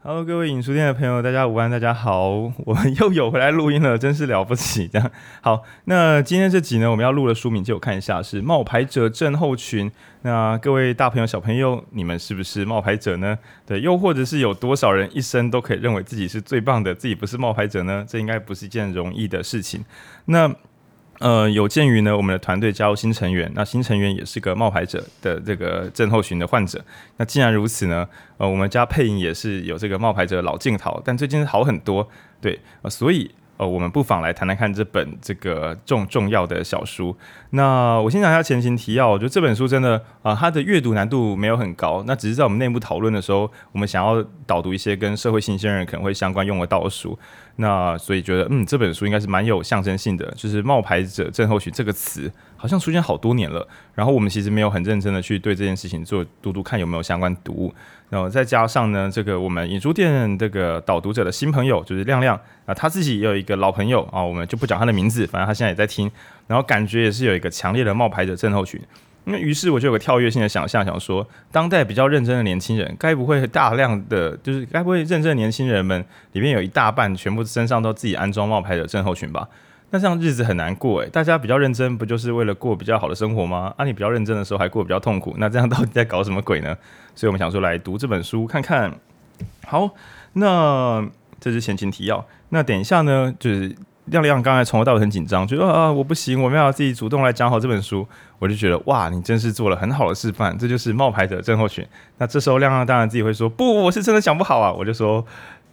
Hello，各位影书店的朋友，大家午安，大家好，我们又有回来录音了，真是了不起。这样好，那今天这集呢，我们要录的书名，借我看一下，是冒牌者症候群。那各位大朋友、小朋友，你们是不是冒牌者呢？对，又或者是有多少人一生都可以认为自己是最棒的，自己不是冒牌者呢？这应该不是一件容易的事情。那有鉴于呢，我们的团队加入新成员，那新成员也是个冒牌者的这个症候群的患者。那既然如此呢，我们家配音也是有这个冒牌者的老镜头，但最近好很多，对，所以我们不妨来谈谈看这本这个重要的小书。那我先讲一下前情提要，我觉得这本书真的它的阅读难度没有很高，那只是在我们内部讨论的时候，我们想要导读一些跟社会新鲜人可能会相关用得到的书。那所以觉得这本书应该是蛮有象征性的，就是冒牌者症候群这个词好像出现好多年了，然后我们其实没有很认真的去对这件事情做读看有没有相关读物。然后再加上呢，这个我们影书店这个导读者的新朋友就是亮亮他自己也有一个老朋友我们就不讲他的名字，反正他现在也在听，然后感觉也是有一个强烈的冒牌者症候群。那于是我就有个跳跃性的想象，想说当代比较认真的年轻人，该不会大量的就是该不会认真的年轻人们里面有一大半全部身上都自己安装冒牌者症候群吧？那这样日子很难过大家比较认真不就是为了过比较好的生活吗？你比较认真的时候还过比较痛苦，那这样到底在搞什么鬼呢？所以我们想说来读这本书看看。好，那这是前情提要。那等一下呢，就是亮亮刚才从头到尾很紧张，就说我不行，我们要自己主动来讲好这本书。我就觉得哇，你真是做了很好的示范，这就是冒牌者症候群。那这时候亮亮当然自己会说不，我是真的讲不好啊。我就说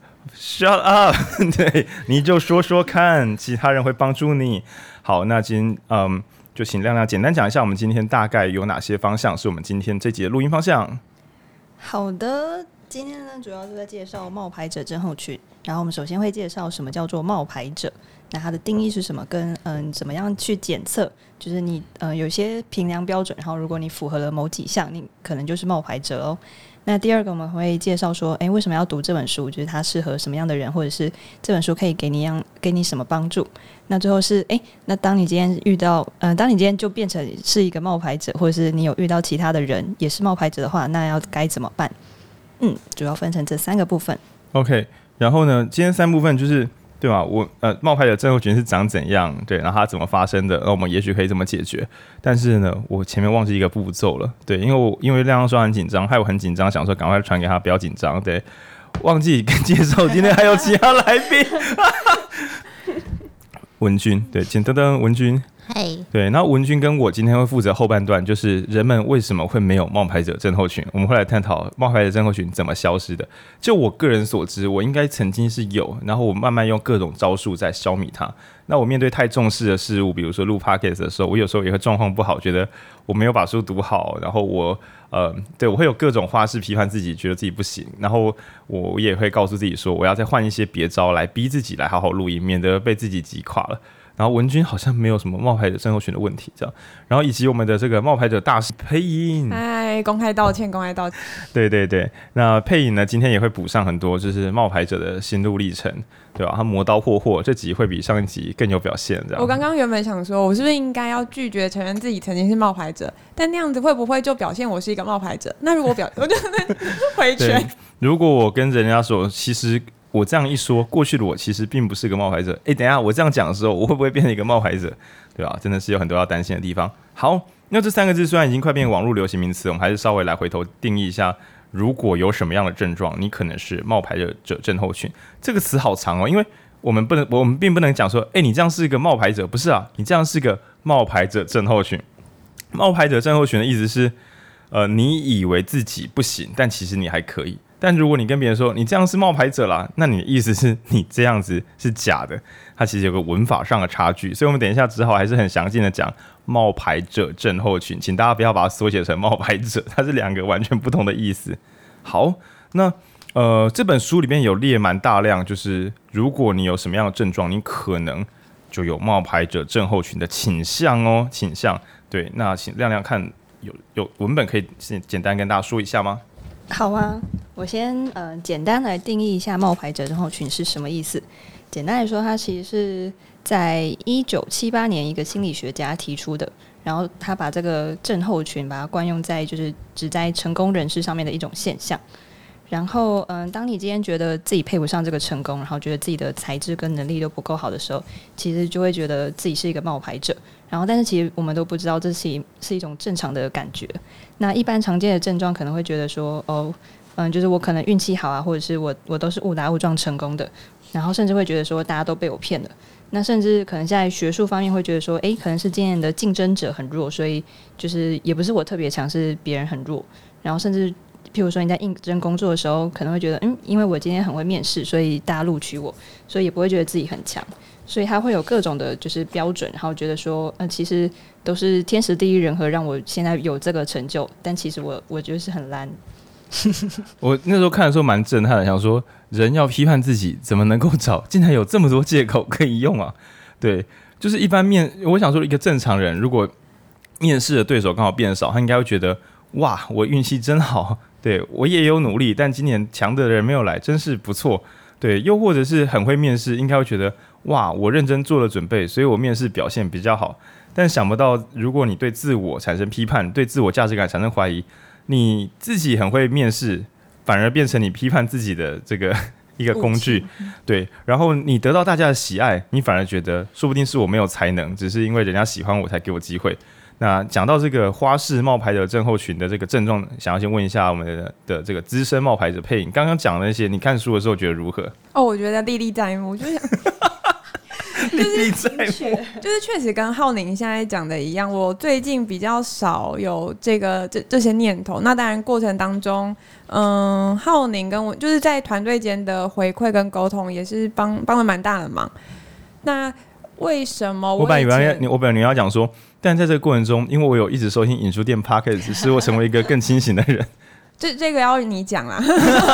shut up 对，你就说说看，其他人会帮助你。好，那今天就请亮亮简单讲一下我们今天大概有哪些方向是我们今天这集的录音方向。 好的，今天呢主要是在介绍冒牌者症候群，然后我们首先会介绍什么叫做冒牌者，那它的定义是什么，跟怎么样去检测，就是你有些评量标准，然后如果你符合了某几项，你可能就是冒牌者哦。那第二个我们会介绍说为什么要读这本书，就是它适合什么样的人，或者是这本书可以给你什么帮助。那最后是那当你今天遇到当你今天就变成是一个冒牌者，或者是你有遇到其他的人也是冒牌者的话，那要该怎么办？主要分成这3个部分。 OK， 然后呢今天3部分就是对吧？冒牌者症候群是长怎样？对，然后它怎么发生的？那我们也许可以这么解决。但是呢，我前面忘记一个步骤了。对，因为亮亮说很紧张，害我很紧张，想说赶快传给他，不要紧张。对，忘记介绍今天还有其他来宾，文君，对，简单的文君。对，然后文君跟我今天会负责后半段，就是人们为什么会没有冒牌者症候群，我们会来探讨冒牌者症候群怎么消失的。就我个人所知，我应该曾经是有，然后我慢慢用各种招数在消弭它。那我面对太重视的事物，比如说录 podcast 的时候，我有时候也会状况不好，觉得我没有把书读好，然后我会有各种花式批判自己，觉得自己不行，然后我也会告诉自己说，我要再换一些别招来逼自己来好好录音，免得被自己击垮了。然后文君好像没有什么冒牌者症候群的问题，这样。然后以及我们的这个冒牌者大师配音， 公开道歉，公开道歉。 对对对，那配音呢，今天也会补上很多，就是冒牌者的心路历程，对吧？他磨刀霍霍，这集会比上一集更有表现，这样。 我刚刚原本想说，我是不是应该要拒绝承认自己曾经是冒牌者？但那样子会不会就表现我是一个冒牌者？那如果我就回拳。 如果我跟人家说，其实我这样一说，过去的我其实并不是个冒牌者。等一下我这样讲的时候，我会不会变成一个冒牌者？对吧？真的是有很多要担心的地方。好，那这3个字虽然已经快变网络流行名词，我们还是稍微来回头定义一下，如果有什么样的症状，你可能是冒牌者症候群。这个词好长因为我们并不能讲说，你这样是一个冒牌者，不是啊，你这样是个冒牌者症候群。冒牌者症候群的意思是，你以为自己不行，但其实你还可以。但如果你跟别人说你这样是冒牌者啦，那你的意思是你这样子是假的，它其实有个文法上的差距，所以我们等一下只好还是很详尽的讲冒牌者症候群，请大家不要把它缩写成冒牌者，它是2个完全不同的意思。好，那这本书里面有列蛮大量，就是如果你有什么样的症状，你可能就有冒牌者症候群的倾向哦，倾向。对，那请亮亮看有文本可以简单跟大家说一下吗？ 好啊，我先简单来定义一下冒牌者症候群是什么意思。简单来说，它其实是在1978年一个心理学家提出的，然后他把这个症候群把它惯用在就是只在成功人士上面的一种现象。 然后，当你今天觉得自己配不上这个成功，然后觉得自己的才智跟能力都不够好的时候，其实就会觉得自己是一个冒牌者。然后，但是其实我们都不知道这是一种正常的感觉。那一般常见的症状可能会觉得说，就是我可能运气好啊，或者是我都是误打误撞成功的，然后甚至会觉得说大家都被我骗了。那甚至可能在学术方面会觉得说，可能是今年的竞争者很弱，所以就是也不是我特别强，是别人很弱。然后甚至譬如说你在应征工作的时候，可能会觉得因为我今天很会面试，所以大家录取我，所以也不会觉得自己很强，所以他会有各种的就是标准，然后觉得说其实都是天时地利人和让我现在有这个成就，但其实我觉得是很烂。 我那时候看的时候蛮震撼的，想说人要批判自己怎么能够找，竟然有这么多借口可以用啊。对，就是一般我想说一个正常人如果面试的对手刚好变少，他应该会觉得哇我运气真好，对我也有努力，但今年强的人没有来，真是不错。对，又或者是很会面试，应该会觉得哇我认真做了准备，所以我面试表现比较好。但想不到如果你对自我产生批判，对自我价值感产生怀疑，你自己很会面试，反而变成你批判自己的这个一个工具。对，然后你得到大家的喜爱，你反而觉得说不定是我没有才能，只是因为人家喜欢我才给我机会。那讲到这个花式冒牌者症候群的这个症状，想要先问一下我们的这个资深冒牌者佩颖，刚刚讲的那些，你看书的时候觉得如何？ 我觉得历历在目，就是历历在目， 就是确实跟浩宁现在讲的一样，我最近比较少有这些念头。那当然过程当中，浩宁跟我就是在团队间的回馈跟沟通也是帮了蛮大的忙。那为什么我本来以为要讲说，但在这个过程中，因为我有一直收听影书店 Podcast， 使我成为一个更清醒的人。 这个要你讲啦。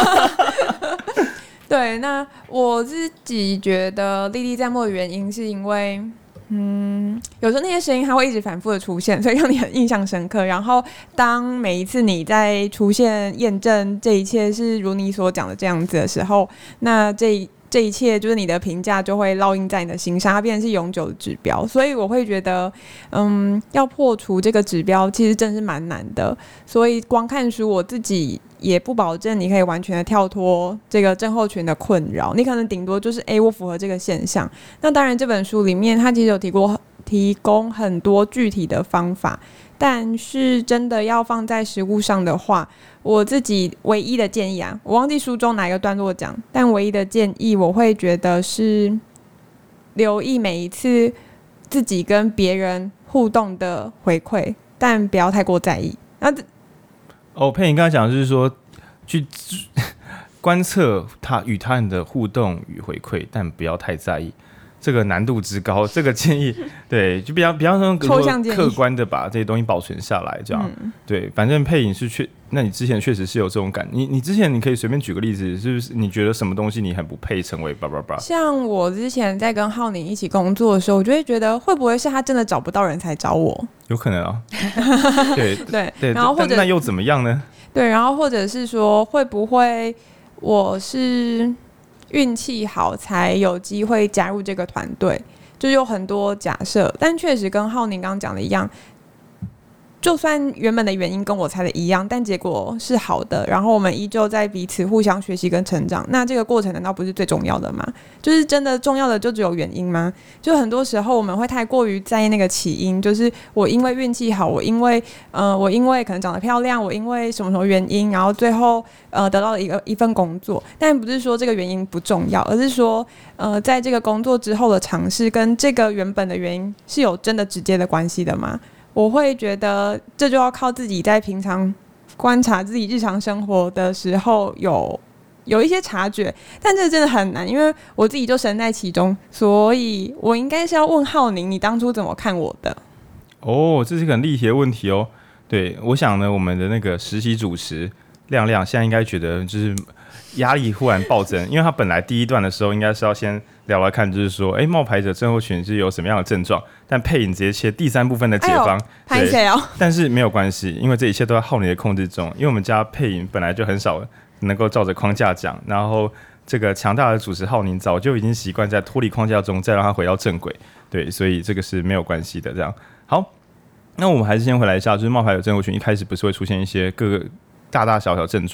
对，那我自己觉得历历在目的原因是因为有时候那些声音它会一直反复的出现，所以让你很印象深刻。然后当每一次你在出现验证这一切是如你所讲的这样子的时候，那这一切就是你的评价就会烙印在你的心上，它变成是永久的指标。所以我会觉得要破除这个指标其实真的是蛮难的。所以光看书我自己也不保证你可以完全的跳脱这个症候群的困扰，你可能顶多就是我符合这个现象。那当然这本书里面它其实有提供很多具体的方法，但是真的要放在实务上的话，我自己唯一的建议我忘记书中哪一个段落讲，但唯一的建议我会觉得是留意每一次自己跟别人互动的回馈，但不要太过在意。 佩颖刚才讲的就是说去观测他与他人的互动与回馈，但不要太在意。这个难度之高，这个建议对，就比较说客观的把这些东西保存下来，这样、对。反正佩颖是那你之前确实是有这种感，你之前你可以随便举个例子，是不是？你觉得什么东西你很不配成为叭叭叭？ 像我之前在跟浩宁一起工作的时候，我就会觉得会不会是他真的找不到人才找我？ 有可能啊，对， 然后或者那又怎么样呢？ 对，然后或者是说会不会我是运气好才有机会加入这个团队，就有很多假设。但确实跟浩宁刚刚讲的一样，就算原本的原因跟我猜的一样，但结果是好的，然后我们依旧在彼此互相学习跟成长，那这个过程难道不是最重要的吗？就是真的重要的就只有原因吗？就很多时候我们会太过于在意那个起因，就是我因为运气好，我因为可能长得漂亮，我因为什么什么原因，然后最后得到了一份工作。但不是说这个原因不重要，而是说在这个工作之后的尝试跟这个原本的原因是有真的直接的关系的吗？我会觉得这就要靠自己在平常观察自己日常生活的时候有一些察觉，但这真的很难，因为我自己就身在其中，所以我应该是要问浩宁，你当初怎么看我的？ 这是一个很立体的问题哦。对，我想呢，我们的那个实习主持亮亮现在应该觉得就是压力忽然暴增，因为他本来第一段的时候应该是要先聊来看，就是说，冒牌者症候群是有什么样的症状，但佩颖直接切第3部分的解方， 拍谁哦？ 但是没有关系，因为这一切都在浩宁的控制中，因为我们家佩颖本来就很少能够照着框架讲，然后这个强大的主持浩宁早就已经习惯在脱离框架中再让他回到正轨，对，所以这个是没有关系的。这样好，那我们还是先回来一下，就是冒牌者症候群一开始不是会出现一些各个大大小小症状，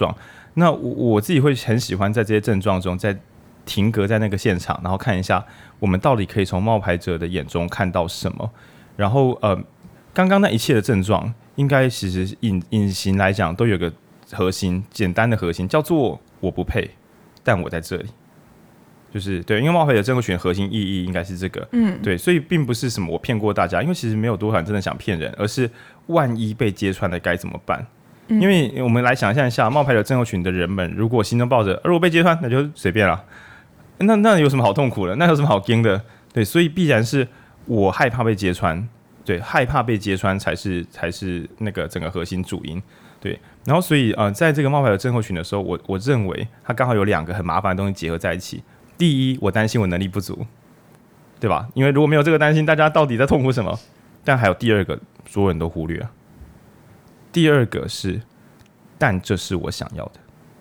那我自己会很喜欢在这些症状中，在停格在那个现场，然后看一下我们到底可以从冒牌者的眼中看到什么。然后刚刚那一切的症状，应该其实隐形来讲都有个核心，简单的核心叫做我不配，但我在这里。就是对，因为冒牌者症候群的核心意义应该是这个，对，所以并不是什么我骗过大家，因为其实没有多少人真的想骗人，而是万一被揭穿了该怎么办？因为我们来想象一下，冒牌者症候群的人们，如果心中抱着如果被揭穿，那就随便了，那有什么好痛苦的？那有什么好惊的？对，所以必然是我害怕被揭穿，对，害怕被揭穿才是那个整个核心主因，对。然后所以在这个冒牌者症候群的时候，我认为它刚好有两个很麻烦的东西结合在一起。第一，我担心我能力不足，对吧？因为如果没有这个担心，大家到底在痛苦什么？但还有第二个，所有人都忽略了。第二个是，但这是我想要的，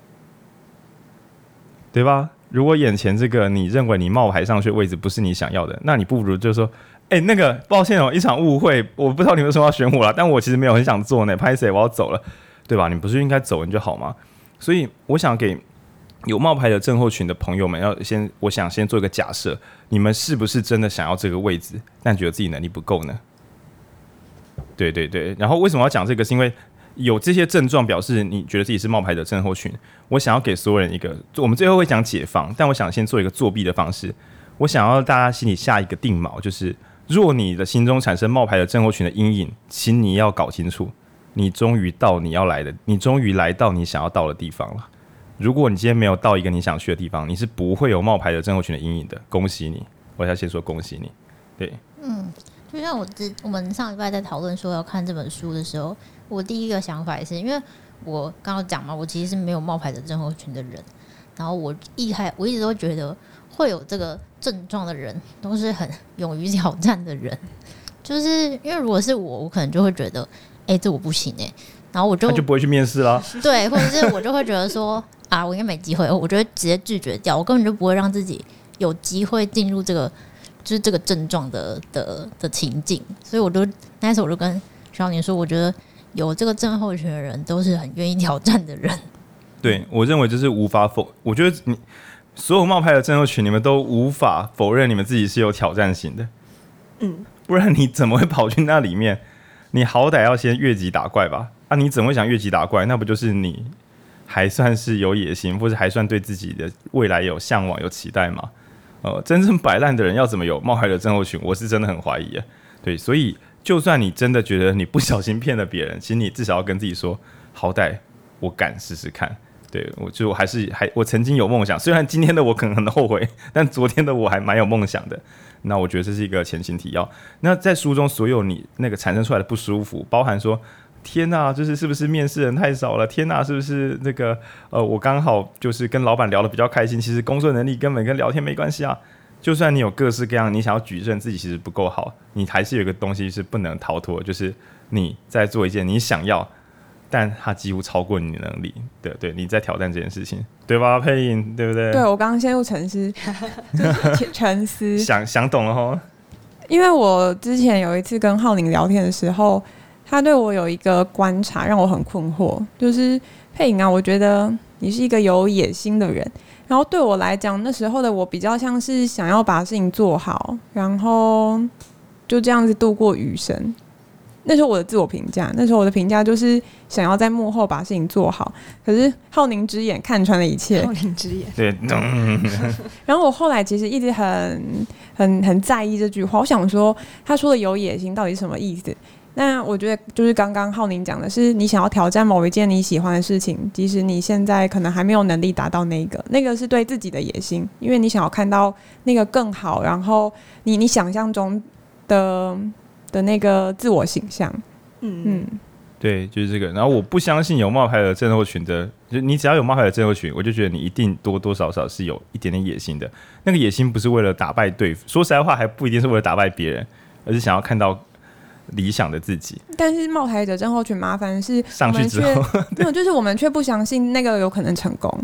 对吧？如果眼前这个你认为你冒牌上去的位置不是你想要的，那你不如就说，那个抱歉哦，一场误会，我不知道你们为什么要选我啦，但我其实没有很想做呢，拍谁我要走了，对吧？你不是应该走人就好吗？所以我想给有冒牌的症候群的朋友们，我想先做一个假设，你们是不是真的想要这个位置，但觉得自己能力不够呢？对对对，然后为什么要讲这个？是因为有这些症状表示你觉得自己是冒牌的症候群。我想要给所有人一个，我们最后会讲解放，但我想先做一个作弊的方式。我想要大家心里下一个定锚，就是若你的心中产生冒牌的症候群的阴影，请你要搞清楚，你终于来到你想要到的地方了。如果你今天没有到一个你想去的地方，你是不会有冒牌的症候群的阴影的。恭喜你，我要先说恭喜你。对， 就像我们上礼拜在讨论说要看这本书的时候，我第一个想法也是，因为我刚刚讲嘛，我其实是没有冒牌的症候群的人，然后我一直都觉得会有这个症状的人都是很勇于挑战的人，就是因为如果是我可能就会觉得，这我不行然后他就不会去面试啦。 对，或者是我就会觉得说啊，我应该没机会，我就会直接拒绝掉，我根本就不会让自己有机会进入这个就是这个症状的情境，所以那时候我就跟小宁说，我觉得有这个症候群的人都是很愿意挑战的人。 对，我认为这是无法我觉得你所有冒牌的症候群，你们都无法否认你们自己是有挑战性的，不然你怎么会跑去那里面？你好歹要先越级打怪吧？你怎么会想越级打怪？那不就是你还算是有野心，或者还算对自己的未来有向往、有期待吗？真正摆烂的人要怎么有冒牌的症候群？我是真的很怀疑。对，所以就算你真的觉得你不小心骗了别人，其实你至少要跟自己说，好歹我敢试试看。对，我曾经有梦想，虽然今天的我可能很后悔，但昨天的我还蛮有梦想的。那我觉得这是一个前情提要。那在书中所有你那个产生出来的不舒服，包含说天哪，是不是面试人太少了？天哪，是不是那个我刚好就是跟老板聊得比较开心，其实工作能力根本跟聊天没关系啊。就算你有各式各样，你想要举证自己其实不够好，你还是有一个东西是不能逃脱，就是你在做一件你想要，但它几乎超过你的能力的，对，你在挑战这件事情，对吧？配音对不对？ 对，我刚刚陷入沉思，就是沉思， 想懂了齁。 因为我之前有一次跟浩宁聊天的时候，他对我有一个观察让我很困惑，就是佩颖啊，我觉得你是一个有野心的人，然后对我来讲，那时候的我比较像是想要把事情做好，然后就这样子度过余生。那时候我的自我评价，那时候我的评价就是想要在幕后把事情做好。可是浩宁之眼看穿了一切， 浩宁之眼， 对。 然后我后来其实一直很在意这句话，我想说他说的有野心到底是什么意思？那我觉得就是刚刚浩宁讲的是，你想要挑战某一件你喜欢的事情，即使你现在可能还没有能力达到那个是对自己的野心，因为你想要看到那个更好，然后你想象中的那个自我形象。 对，就是这个。然后我不相信有冒牌的症候群的，就你只要有冒牌的症候群，我就觉得你一定多多少少是有一点点野心的。那个野心不是为了打败对付，说实在话还不一定是为了打败别人，而是想要看到理想的自己。 但是冒牌者症候群麻烦是上去之后没有，就是我们却不相信那个有可能成功。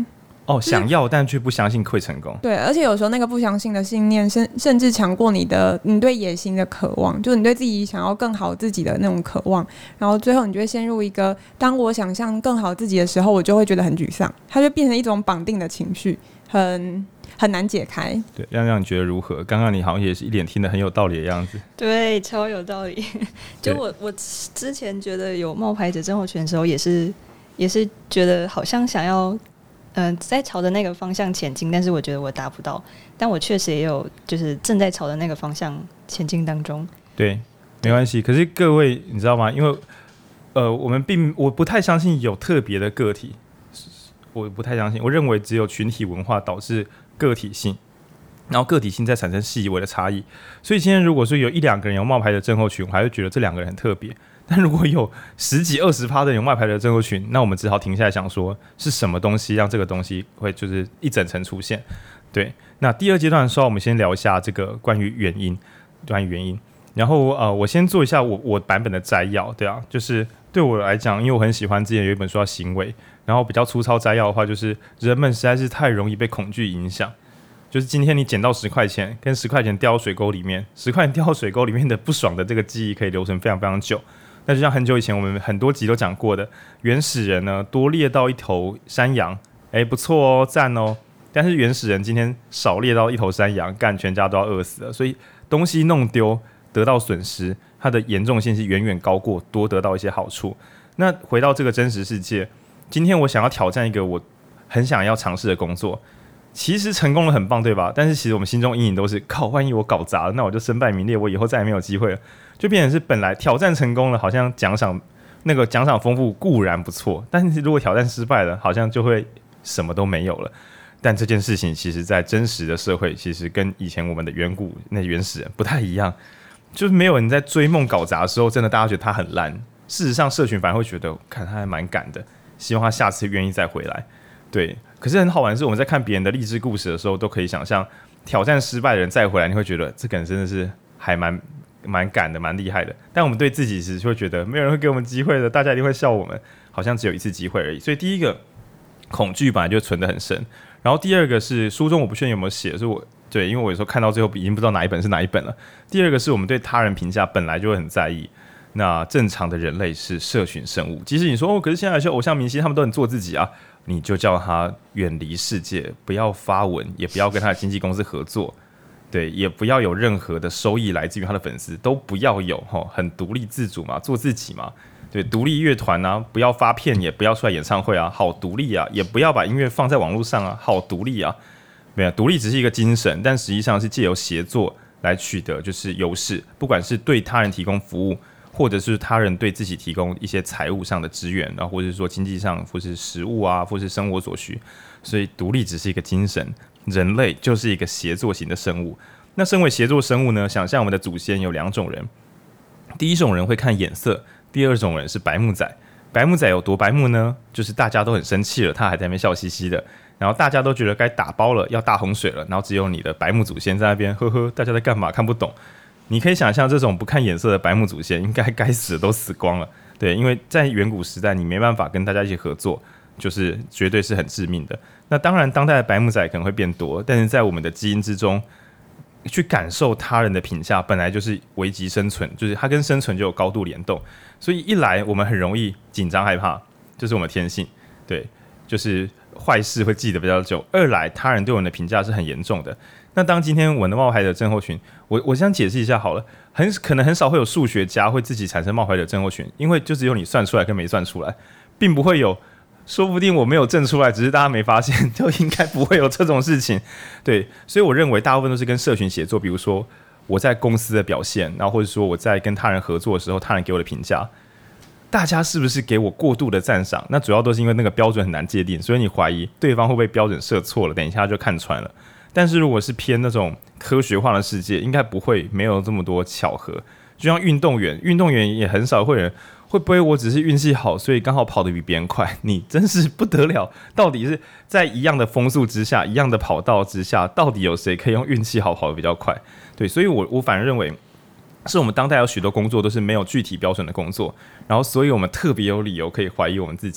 哦，想要但却不相信会成功。 对，而且有时候那个不相信的信念甚至强过你对野心的渴望，就是你对自己想要更好自己的那种渴望，然后最后你就会陷入一个，当我想象更好自己的时候，我就会觉得很沮丧，它就变成一种绑定的情绪，很难解开。 对，让你觉得如何？刚刚你好像也是一脸听得很有道理的样子。 对，超有道理。就我之前觉得有冒牌者症候群的时候，也是觉得好像想要在朝着那个方向前进，但是我觉得我达不到。但我确实也有就是正在朝着那个方向前进当中。 对，没关系。可是各位你知道吗？因为我不太相信有特别的个体，我不太相信。我认为只有群体文化导致个体性，然后个体性再产生细微的差异。所以今天如果说有1-2个人有冒牌的症候群，我还会觉得这2个人很特别。但如果有10几20%的人有冒牌的症候群，那我们只好停下来想说，是什么东西让这个东西会就是一整层出现。对，那第2阶段的时候，我们先聊一下这个关于原因。然后我先做一下我版本的摘要，对啊，就是对我来讲，因为我很喜欢之前有一本书叫《行为》，然后比较粗糙摘要的话，就是人们实在是太容易被恐惧影响。就是今天你捡到10块钱，跟10块钱掉到水沟里面，10块钱掉到水沟里面的不爽的这个记忆可以留存非常非常久。那就像很久以前我们很多集都讲过的，原始人呢多猎到1头山羊，不错哦，赞哦。但是原始人今天少猎到1头山羊，干全家都要饿死了。所以东西弄丢得到损失，它的严重性是远远高过多得到一些好处。那回到这个真实世界，今天我想要挑战一个我很想要尝试的工作，其实成功了很棒，对吧？但是其实我们心中阴影都是靠，万一我搞砸了，那我就身败名裂，我以后再也没有机会了。就变成是本来挑战成功了，好像奖赏丰富固然不错，但是如果挑战失败了，好像就会什么都没有了。但这件事情其实在真实的社会，其实跟以前我们的远古那原始人不太一样，就是没有人在追梦搞砸的时候，真的大家觉得他很烂。事实上，社群反而会觉得，看他还蛮敢的，希望他下次愿意再回来。对，可是很好玩的是，我们在看别人的励志故事的时候，都可以想象挑战失败的人再回来，你会觉得这个人真的是还蛮敢的，蛮厉害的。但我们对自己其实就会觉得，没有人会给我们机会的，大家一定会笑我们，好像只有一次机会而已。所以第一个恐惧本来就存得很深，然后第二个是书中我不确定有没有写，是对，因为我有时候看到最后已经不知道哪一本是哪一本了。第二个是我们对他人评价本来就会很在意。那正常的人类是社群生物，即使你说可是现在有些偶像明星他们都很做自己啊，你就叫他远离世界，不要发文，也不要跟他的经纪公司合作，对，也不要有任何的收益来自于他的粉丝，都不要有，很独立自主嘛，做自己嘛。对，独立乐团啊，不要发片，也不要出来演唱会啊，好独立啊，也不要把音乐放在网络上啊，好独立啊。没有，独立只是一个精神，但实际上是借由协作来取得就是优势，不管是对他人提供服务，或者是他人对自己提供一些财务上的支援，然后或者是说经济上，或是食物啊，或是生活所需。所以独立只是一个精神，人类就是一个协作型的生物。那身为协作生物呢，想象我们的祖先有2种人，第一种人会看眼色，第二种人是白目仔。白目仔有多白目呢？就是大家都很生气了，他还在那边笑嘻嘻的，然后大家都觉得该打包了，要大洪水了，然后只有你的白目祖先在那边呵呵，大家在干嘛？看不懂。你可以想象这种不看眼色的白目祖先应该死的都死光了，对，因为在远古时代你没办法跟大家一起合作，就是绝对是很致命的。那当然当代的白目仔可能会变多，但是在我们的基因之中，去感受他人的评价本来就是危及生存，就是它跟生存就有高度联动，所以一来我们很容易紧张害怕，这是我们天性，对，就是坏事会记得比较久；二来他人对我们的评价是很严重的。那当今天我的冒牌者症候群，我想解释一下好了，可能很少会有数学家会自己产生冒牌者症候群，因为就只有你算出来跟没算出来，并不会有，说不定我没有证出来，只是大家没发现，就应该不会有这种事情。对，所以我认为大部分都是跟社群协作，比如说我在公司的表现，然后或者说我在跟他人合作的时候，他人给我的评价，大家是不是给我过度的赞赏？那主要都是因为那个标准很难界定，所以你怀疑对方会不会标准设错了，等一下就看穿了。但是如果是偏那种科学化的世界，应该不会没有这么多巧合。就像运动员也很少会有人会不会我只是运气好，所以刚好跑得比别人快？你真是不得了！到底是在一样的风速之下，一样的跑道之下，到底有谁可以用运气好跑得比较快？对，所以我反而认为，是我们当代有许多工作都是没有具体标准的工作，然后所以我们特别有理由可以怀疑我们自己。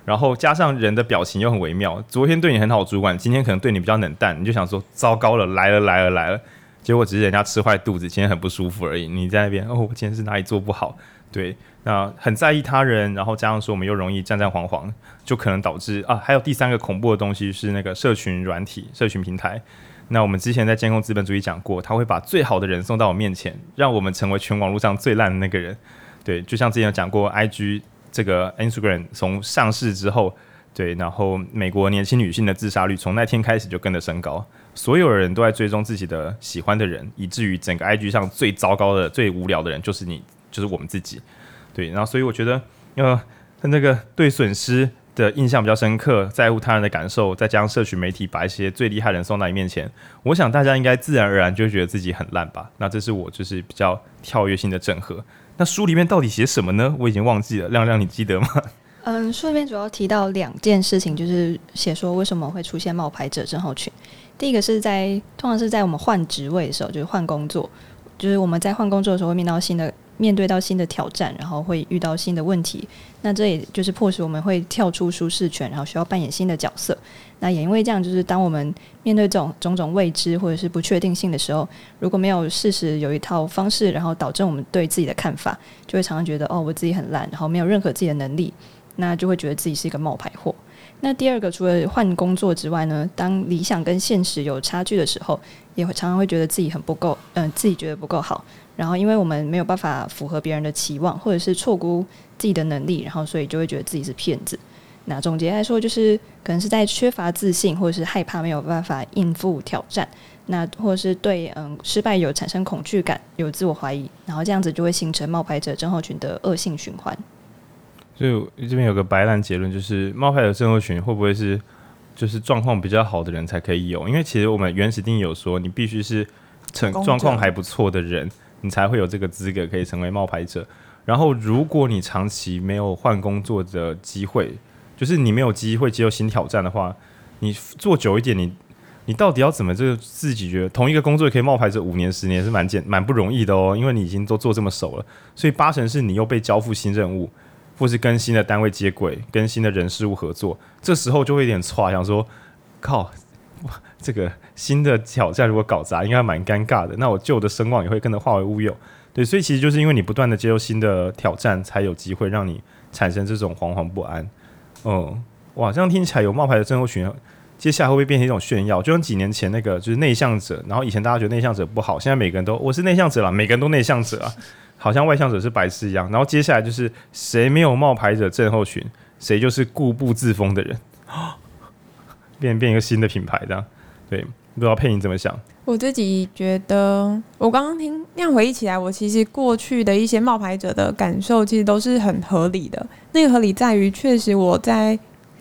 然后加上人的表情又很微妙，昨天对你很好，主管今天可能对你比较冷淡，你就想说糟糕了，来了，结果只是人家吃坏肚子，今天很不舒服而已。你在那边我今天是哪里做不好？对，那很在意他人，然后加上说我们又容易战战惶惶，就可能导致还有第三个恐怖的东西是那个社群软体、社群平台。那我们之前在监控资本主义讲过，他会把最好的人送到我面前，让我们成为全网络上最烂的那个人。对，就像之前有讲过 ，IG 这个 Instagram 从上市之后，对，然后美国年轻女性的自杀率从那天开始就跟着升高，所有人都在追踪自己的喜欢的人，以至于整个 IG 上最糟糕的、最无聊的人就是你，就是我们自己。对，然后所以我觉得，那个对损失的印象比较深刻，在乎他人的感受，再加上社群媒体把一些最厉害的人送到你面前，我想大家应该自然而然就会觉得自己很烂吧。那这是我就是比较跳跃性的整合。那书里面到底写什么呢？我已经忘记了，亮亮你记得吗？ 书里面主要提到2件事情，就是写说为什么会出现冒牌者症候群。第一个是通常是在我们换职位的时候，就是换工作，就是我们在换工作的时候会面对到新的挑战，然后会遇到新的问题，那这也就是迫使我们会跳出舒适圈，然后需要扮演新的角色。那也因为这样，就是当我们面对这种种种未知或者是不确定性的时候，如果没有适时有一套方式，然后导致我们对自己的看法，就会常常觉得我自己很烂，然后没有任何自己的能力，那就会觉得自己是一个冒牌货。那第二个，除了换工作之外呢，当理想跟现实有差距的时候，也会常常会觉得自己很不够，自己觉得不够好。然后因为我们没有办法符合别人的期望，或者是错估自己的能力，然后所以就会觉得自己是骗子。那总结来说，就是可能是在缺乏自信，或者是害怕没有办法应付挑战，那或者是对失败有产生恐惧感，有自我怀疑，然后这样子就会形成冒牌者症候群的恶性循环。 所以这边有个白烂结论，就是冒牌者症候群会不会是就是状况比较好的人才可以有？因为其实我们原始定义有说，你必须是状况还不错的人，你才会有这个资格可以成为冒牌者。然后如果你长期没有换工作的机会，就是你没有机会接受新挑战的话，你做久一点，你到底要怎么这个自己觉得同一个工作也可以冒牌者5年10年是蛮不容易的哦，因为你已经都做这么熟了，所以8成是你又被交付新任务，或是跟新的单位接轨，跟新的人事物合作，这时候就会有点挫，想说靠，这个新的挑战如果搞砸，应该蛮尴尬的，那我旧的声望也会跟着化为乌有。对，所以其实就是因为你不断的接受新的挑战，才有机会让你产生这种惶惶不安。哇，这样听起来有冒牌的症候群，接下来会不会变成一种炫耀？就像几年前那个就是内向者，然后以前大家觉得内向者不好，现在每个人都我是内向者啦，每个人都内向者啊，好像外向者是白痴一样。然后接下来就是谁没有冒牌者症候群，谁就是固步自封的人，变一个新的品牌这样。对，不知道佩妮怎么想？ 我自己觉得，我刚刚听那样回忆起来，我其实过去的一些冒牌者的感受，其实都是很合理的。那个合理在于，确实我在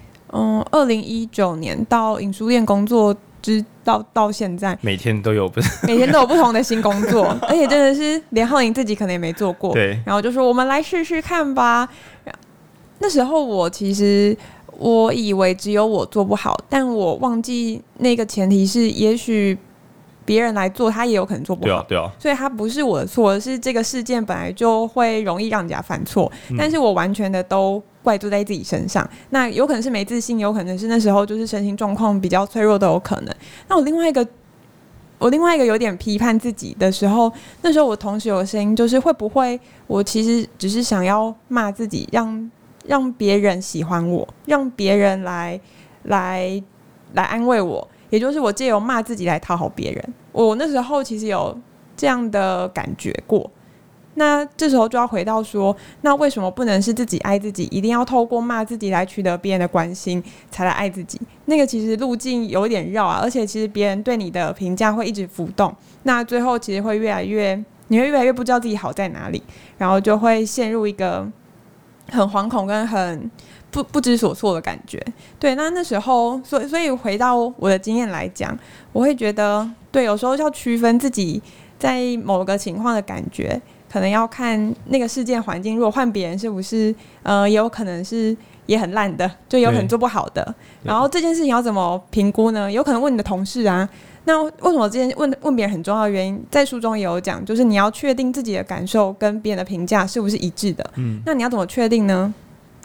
2019年到影书店工作，到现在， 每天都有不同的新工作，而且真的是连浩宁自己可能也没做过。 对， 然后就说我们来试试看吧。那时候我以为只有我做不好，但我忘记那个前提是，也许别人来做，他也有可能做不好。 对啊， 所以他不是我的错，而是这个事件本来就会容易让人家犯错。但是我完全的都怪罪在自己身上。那有可能是没自信，有可能是那时候就是身心状况比较脆弱都有可能。那我另外一个有点批判自己的时候，那时候我同时有声音，就是会不会我其实只是想要骂自己，让别人喜欢我，让别人来安慰我，也就是我借由骂自己来讨好别人。我那时候其实有这样的感觉过。那这时候就要回到说，那为什么不能是自己爱自己，一定要透过骂自己来取得别人的关心才来爱自己？那个其实路径有点绕啊，而且其实别人对你的评价会一直浮动，那最后其实会你会越来越不知道自己好在哪里，然后就会陷入一个很惶恐跟很不知所措的感觉。对，那时候所以回到我的经验来讲，我会觉得对，有时候要区分自己在某个情况的感觉，可能要看那个事件环境，如果换别人是不是也有可能是也很烂的，就有可能做不好的。然后这件事情要怎么评估呢？有可能问你的同事啊。那为什么这件问别人很重要的原因，在书中也有讲，就是你要确定自己的感受跟别人的评价是不是一致的。那你要怎么确定呢？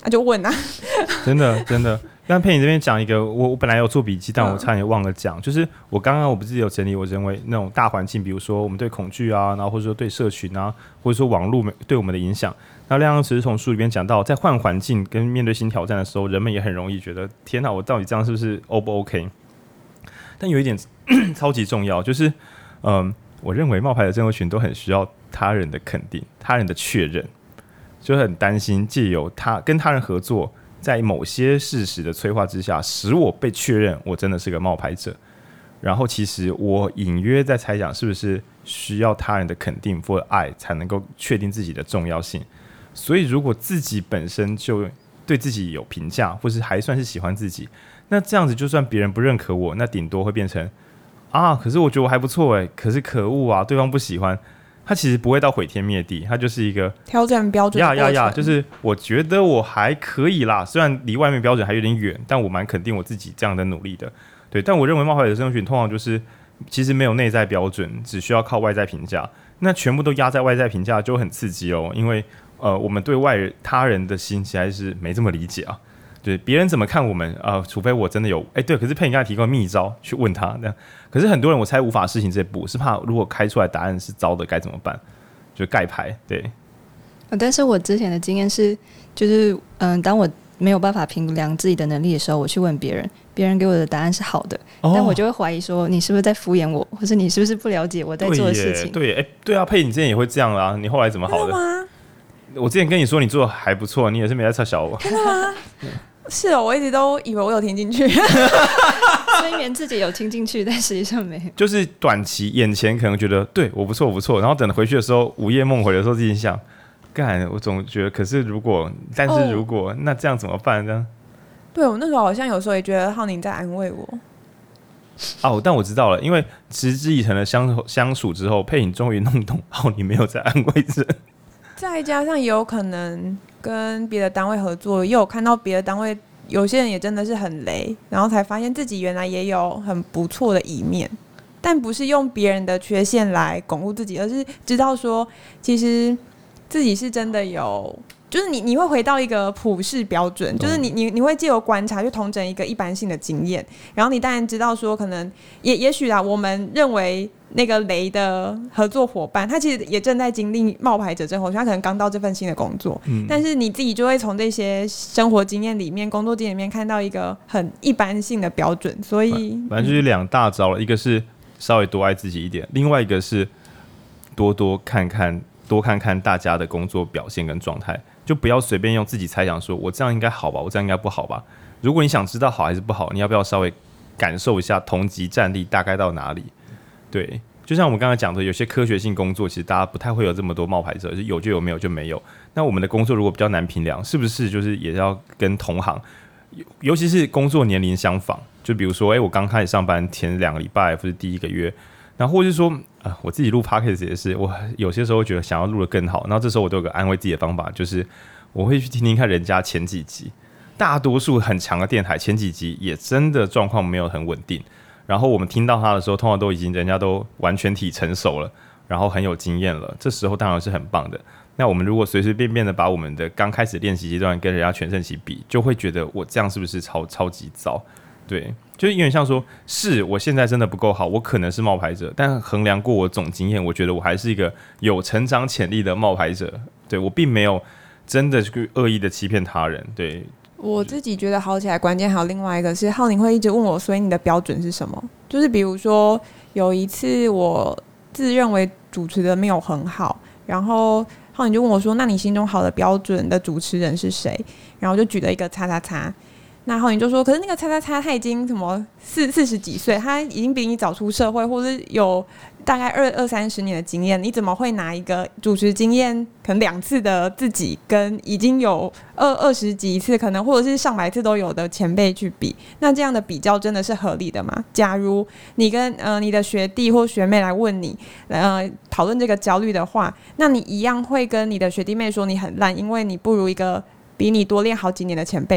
就问啊。 真的真的。但佩妮这边讲一个，我本来有做笔记，但我差点忘了讲，就是我刚刚我不是有整理，我认为那种大环境，比如说我们对恐惧啊，然后或者说对社群啊，或者说网络对我们的影响。那亮亮其实从书里面讲到，在换环境跟面对新挑战的时候，人们也很容易觉得天哪，我到底这样是不是 O 不 OK？ 但有一点超级重要，就是我认为冒牌的症候群都很需要他人的肯定、他人的确认，就很担心借由跟他人合作，在某些事实的催化之下，使我被确认我真的是个冒牌者。然后其实我隐约在猜想，是不是需要他人的肯定或爱，才能够确定自己的重要性。所以如果自己本身就对自己有评价，或是还算是喜欢自己，那这样子就算别人不认可我，那顶多会变成可是我觉得我还不错耶，可是可恶啊，对方不喜欢。他其实不会到毁天灭地，他就是一个调整标准的过程。 就是我觉得我还可以啦，虽然离外面标准还有点远，但我蛮肯定我自己这样的努力的。对，但我认为冒牌者症候群通常就是其实没有内在标准，只需要靠外在评价。那全部都压在外在评价就很刺激哦，因为我们对他人的心其实是没这么理解啊。对，别人怎么看我们除非我真的有对，可是佩妮刚才提供秘招去问他，可是很多人我猜无法实行这步，是怕如果开出来答案是糟的该怎么办？就盖牌。对， 但是我之前的经验是，就是当我没有办法评量自己的能力的时候，我去问别人，别人给我的答案是好的，但我就会怀疑说，你是不是在敷衍我，或是你是不是不了解我在做的事情？ 对啊，佩妮之前也会这样啦，你后来怎么好的？我之前跟你说你做的还不错，你也是没在嘲笑我。 真的吗？是哦，我一直都以为我有听进去， 催眠自己有听进去，但实际上没有。 就是短期眼前可能觉得对我不错，然后等回去的时候午夜梦回的时候自己想，干，我总觉得可是如果那这样怎么办呢？ 对，我那时候好像有时候也觉得浩宁在安慰我。 但我知道了，因为持之以恒的相处之后，佩妮终于弄懂浩宁没有在安慰人。 再加上也有可能跟别的单位合作，也有看到别的单位有些人也真的是很雷，然后才发现自己原来也有很不错的一面，但不是用别人的缺陷来巩固自己，而是知道说其实自己是真的有，就是你会回到一个普世标准，就是你会借由观察去统整一个一般性的经验，然后你当然知道说可能也许啦，我们认为那个雷的合作伙伴，他其实也正在经历冒牌者症候群，他可能刚到这份新的工作，但是你自己就会从这些生活经验里面、工作经验里面看到一个很一般性的标准，所以反正就是两大招了，一个是稍微多爱自己一点，另外一个是多看看大家的工作表现跟状态，就不要随便用自己猜想说我这样应该好吧，我这样应该不好吧。如果你想知道好还是不好，你要不要稍微感受一下同级战力大概到哪里？对，就像我们刚才讲的，有些科学性工作其实大家不太会有这么多冒牌者，有就有，没有就没有。那我们的工作如果比较难评量，是不是就是也要跟同行，尤其是工作年龄相仿，就比如说我刚开始上班前2个礼拜或是第1个月，然后或者是说我自己录 podcast 也是，我有些时候觉得想要录得更好，然后这时候我都有个安慰自己的方法，就是我会去听听看人家前几集，大多数很强的电台前几集也真的状况没有很稳定，然后我们听到他的时候，通常都已经人家都完全体成熟了，然后很有经验了，这时候当然是很棒的。那我们如果随随便便的把我们的刚开始练习阶段跟人家全盛期比，就会觉得我这样是不是超级糟？对，就是有点像说，是我现在真的不够好，我可能是冒牌者，但衡量过我总经验，我觉得我还是一个有成长潜力的冒牌者。对，我并没有真的去恶意的欺骗他人。对， 我自己觉得好起来关键还有另外一个是，浩宁会一直问我，所以你的标准是什么？就是比如说有一次我自认为主持的没有很好，然后浩宁就问我说，那你心中好的标准的主持人是谁？然后我就举了一个叉叉叉。那浩宁就说，可是那个叉叉叉他已经什么40几岁，他已经比你早出社会，或是有大概20-30年的经验，你怎么会拿一个主持经验可能2次的自己跟已经有20几次可能或者是上百次都有的前辈去比？那这样的比较真的是合理的吗？假如你跟你的学弟或学妹来问你讨论这个焦虑的话，那你一样会跟你的学弟妹说你很烂，因为你不如一个比你多练好几年的前辈吗？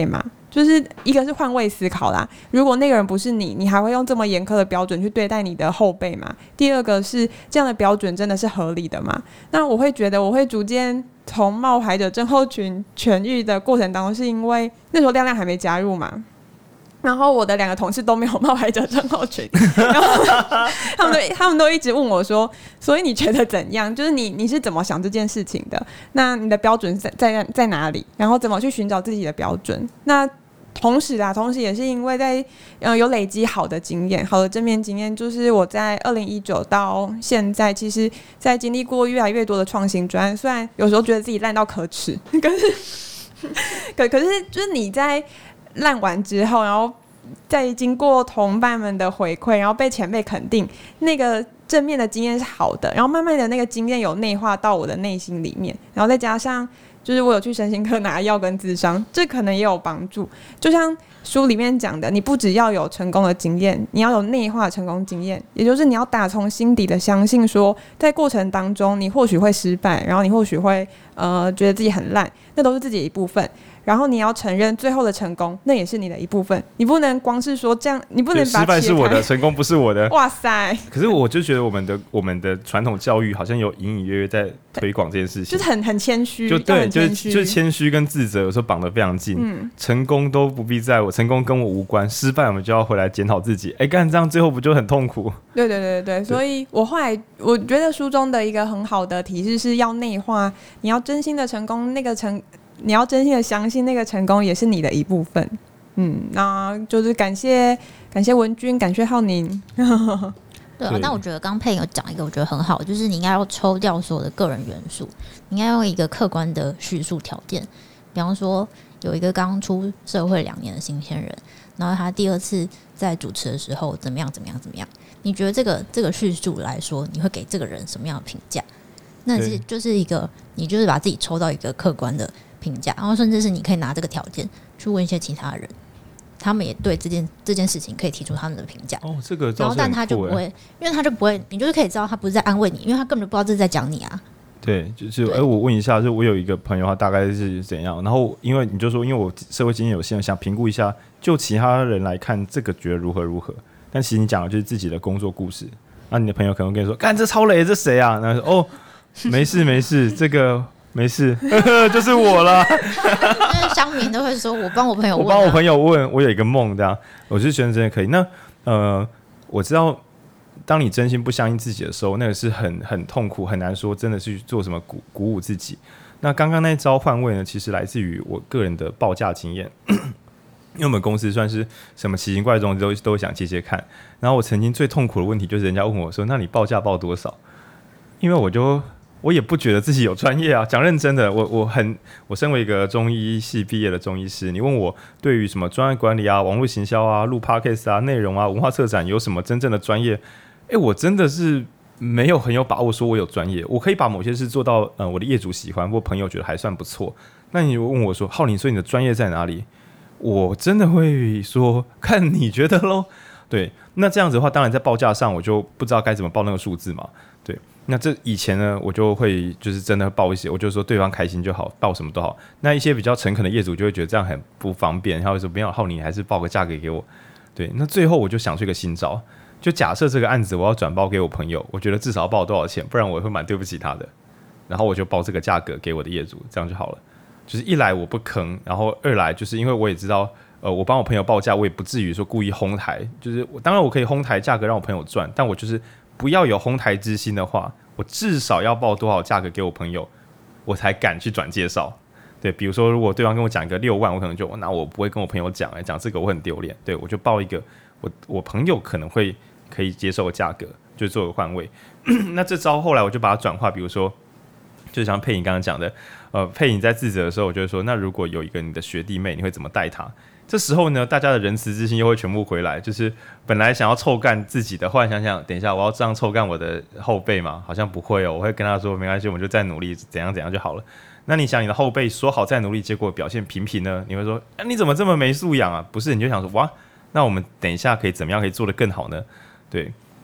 就是一个是换位思考啦，如果那个人不是你，你还会用这么严苛的标准去对待你的后辈吗？第二个是这样的标准真的是合理的吗？那我会觉得我会逐渐从冒牌者症候群痊愈的过程当中，是因为那时候亮亮还没加入嘛，然后我的2个同事都没有冒牌者症候群，然后他们都一直问我说，所以你觉得怎样？就是你是怎么想这件事情的？那你的标准在哪里？然后怎么去寻找自己的标准？那同时也是因为在有累积好的经验，好的正面经验，就是我在2019到现在，其实在经历过越来越多的创新专案，虽然有时候觉得自己烂到可耻，可是就是你在烂完之后，然后再经过同伴们的回馈，然后被前辈肯定，那个正面的经验是好的，然后慢慢的那个经验有内化到我的内心里面，然后再加上就是我有去身心科拿药跟咨商，这可能也有帮助。就像书里面讲的，你不只要有成功的经验，你要有内化成功经验，也就是你要打从心底的相信说，在过程当中你或许会失败，然后你或许会觉得自己很烂，那都是自己的一部分。然后你要承认最后的成功，那也是你的一部分。你不能光是说这样，你不能把失败是我的，成功不是我的。 哇塞！ 可是我就觉得我们的传统教育好像有隐隐约约在推广这件事情， 就是很谦虚， 就对，就是谦虚跟自责有时候绑得非常近。成功都不必在我，成功跟我无关，失败我们就要回来检讨自己。干这样最后不就很痛苦？ 对，所以我后来我觉得书中的一个很好的提示是要内化，你要真心的成功，你要真心的相信那个成功也是你的一部分。那就是感谢文君，感谢浩宁。 对啊，但我觉得刚佩有讲一个我觉得很好，就是你应该要抽掉所有的个人元素，你应该用一个客观的叙述条件。比方说有一个刚出社会2年的新鲜人，然后他第2次在主持的时候怎么样，你觉得这个叙述来说，你会给这个人什么样的评价？那就是一个你就是把自己抽到一个客观的评价，然后甚至是你可以拿这个条件去问一些其他人，他们也对这件事情可以提出他们的评价。 这个然后但他就不会，因为他就不会，你就是可以知道他不是在安慰你，因为他根本就不知道这是在讲你啊。 对，就是我问一下，就我有一个朋友，他大概是怎样？然后因为你就说，因为我社会经验有限，想评估一下，就其他人来看，这个觉得如何？但其实你讲的就是自己的工作故事。那你的朋友可能跟你说：“干这超雷，这谁啊？”然后说：“没事，这个。”没事，就是我啦。 就是乡民都会说，我帮我朋友问、啊， 我帮我朋友问，我有一个梦，这样，我就觉得真的可以。那我知道，当你真心不相信自己的时候，那个是很痛苦，很难说真的去做什么鼓舞自己。那刚刚那一招换位呢，其实来自于我个人的报价经验。因为我们公司算是什么奇形怪状都想接看。然后我曾经最痛苦的问题就是人家问我说：“那你报价报多少？”因为我也不觉得自己有专业啊，讲认真的，我身为一个中医系毕业的中医师，你问我对于什么专业管理啊、网络行销啊、录 podcast 啊、内容啊、文化策展有什么真正的专业？我真的是没有很有把握说我有专业，我可以把某些事做到我的业主喜欢或朋友觉得还算不错。那你问我说，浩宁，所以你的专业在哪里？我真的会说看你觉得咯。对，那这样子的话，当然在报价上我就不知道该怎么报那个数字嘛。对。那这以前呢，我就会就是真的报一些，我就说对方开心就好，报什么都好。那一些比较诚恳的业主就会觉得这样很不方便，他会说不要，浩宁还是报个价格给我。对，那最后我就想出一个新招，就假设这个案子我要转报给我朋友，我觉得至少要报多少钱，不然我会蛮对不起他的。然后我就报这个价格给我的业主，这样就好了。就是一来我不坑，然后二来就是因为我也知道，我帮我朋友报价，我也不至于说故意哄抬，就是当然我可以哄抬价格让我朋友赚，但我就是不要有哄抬之心的话，我至少要报多少价格给我朋友，我才敢去转介绍。对，比如说如果对方跟我讲一个6万，我可能就那我不会跟我朋友讲，讲这个我很丢脸。对，我就报一个我朋友可能会可以接受的价格，就做个换位。那这招后来我就把它转化，比如说就像佩颖刚刚讲的，佩颖在自责的时候，我就会说，那如果有一个你的学弟妹，你会怎么带他？这时候呢，大家的仁慈之心又会全部回来，就是本来想要臭干自己的，后来想想，等一下我要这样臭干我的后辈吗？好像不会哦，我会跟他说没关系，我们就再努力，怎样就好了。那你想你的后辈说好再努力，结果表现平平呢？你会说，你怎么这么没素养啊？不是，你就想说，哇，那我们等一下可以怎么样可以做得更好呢？对，